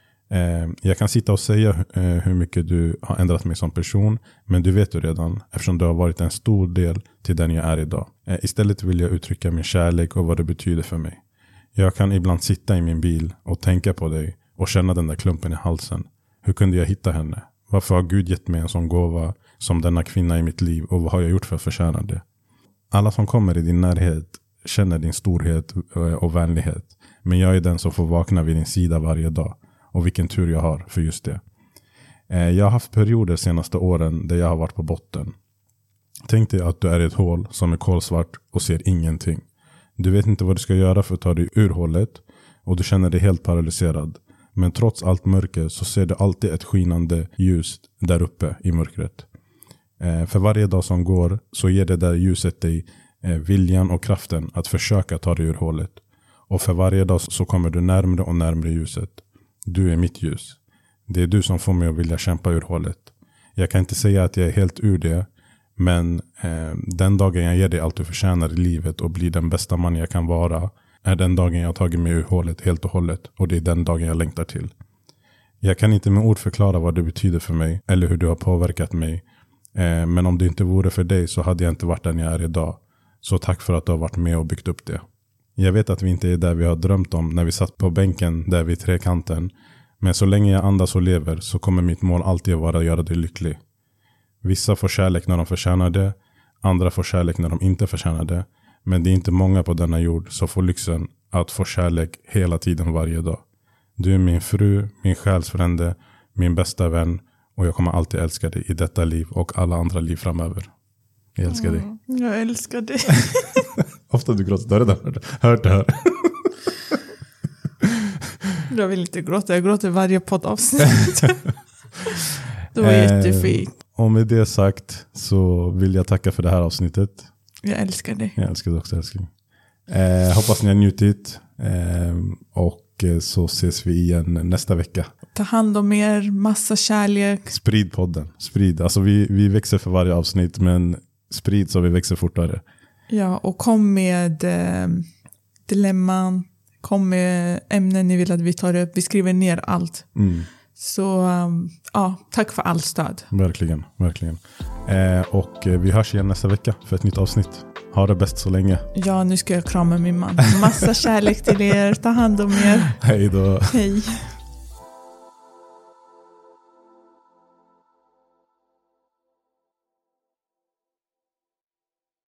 Speaker 1: Jag kan sitta och säga hur mycket du har ändrat mig som person, men du vet ju redan eftersom du har varit en stor del till den jag är idag. Istället vill jag uttrycka min kärlek och vad det betyder för mig. Jag kan ibland sitta i min bil och tänka på dig och känna den där klumpen i halsen. Hur kunde jag hitta henne? Varför har Gud gett mig en sån gåva som denna kvinna i mitt liv och vad har jag gjort för att förtjäna det? Alla som kommer i din närhet känner din storhet och vänlighet, men jag är den som får vakna vid din sida varje dag. Och vilken tur jag har för just det. Jag har haft perioder senaste åren där jag har varit på botten. Tänk dig att du är i ett hål som är kolsvart och ser ingenting. Du vet inte vad du ska göra för att ta dig ur hålet och du känner dig helt paralyserad. Men trots allt mörker så ser du alltid ett skinande ljus där uppe i mörkret. För varje dag som går så ger det där ljuset dig viljan och kraften att försöka ta dig ur hålet. Och för varje dag så kommer du närmare och närmare ljuset. Du är mitt ljus. Det är du som får mig att vilja kämpa ur hålet. Jag kan inte säga att jag är helt ur det. Men den dagen jag ger dig allt du förtjänar i livet och blir den bästa man jag kan vara är den dagen jag har tagit mig ur hålet helt och hållet. Och det är den dagen jag längtar till. Jag kan inte med ord förklara vad det betyder för mig eller hur du har påverkat mig. Men om det inte vore för dig så hade jag inte varit den jag är idag. Så tack för att du har varit med och byggt upp det. Jag vet att vi inte är där vi har drömt om när vi satt på bänken där vid trekanten. Men så länge jag andas och lever så kommer mitt mål alltid vara att göra dig lycklig. Vissa får kärlek när de förtjänar det. Andra får kärlek när de inte förtjänar det. Men det är inte många på denna jord som får lyxen att få kärlek hela tiden varje dag. Du är min fru, min själsfrände, min bästa vän. Och jag kommer alltid älska dig i detta liv och alla andra liv framöver. Jag älskar dig.
Speaker 2: Jag älskar dig.
Speaker 1: Ofta du gråter, du har redan hört det här.
Speaker 2: Jag vill inte gråta, jag gråter varje poddavsnitt. Det var jättefint.
Speaker 1: Och med det sagt så vill jag tacka för det här avsnittet.
Speaker 2: Jag älskar dig.
Speaker 1: Jag älskar dig också, älskling. Hoppas ni har njutit. Och så ses vi igen nästa vecka.
Speaker 2: Ta hand om er, massa kärlek.
Speaker 1: Sprid podden, sprid. Alltså vi växer för varje avsnitt, men sprid så vi växer fortare. Ja,
Speaker 2: och kom med dilemman. Kom med ämnen ni vill att vi tar upp. Vi skriver ner allt. Så tack för all stöd.
Speaker 1: Verkligen, verkligen. Och vi hörs igen nästa vecka för ett nytt avsnitt. Ha det bäst så länge.
Speaker 2: Ja, nu ska jag krama min man. Massa kärlek till er. Ta hand om er.
Speaker 1: Hej då.
Speaker 2: Hej.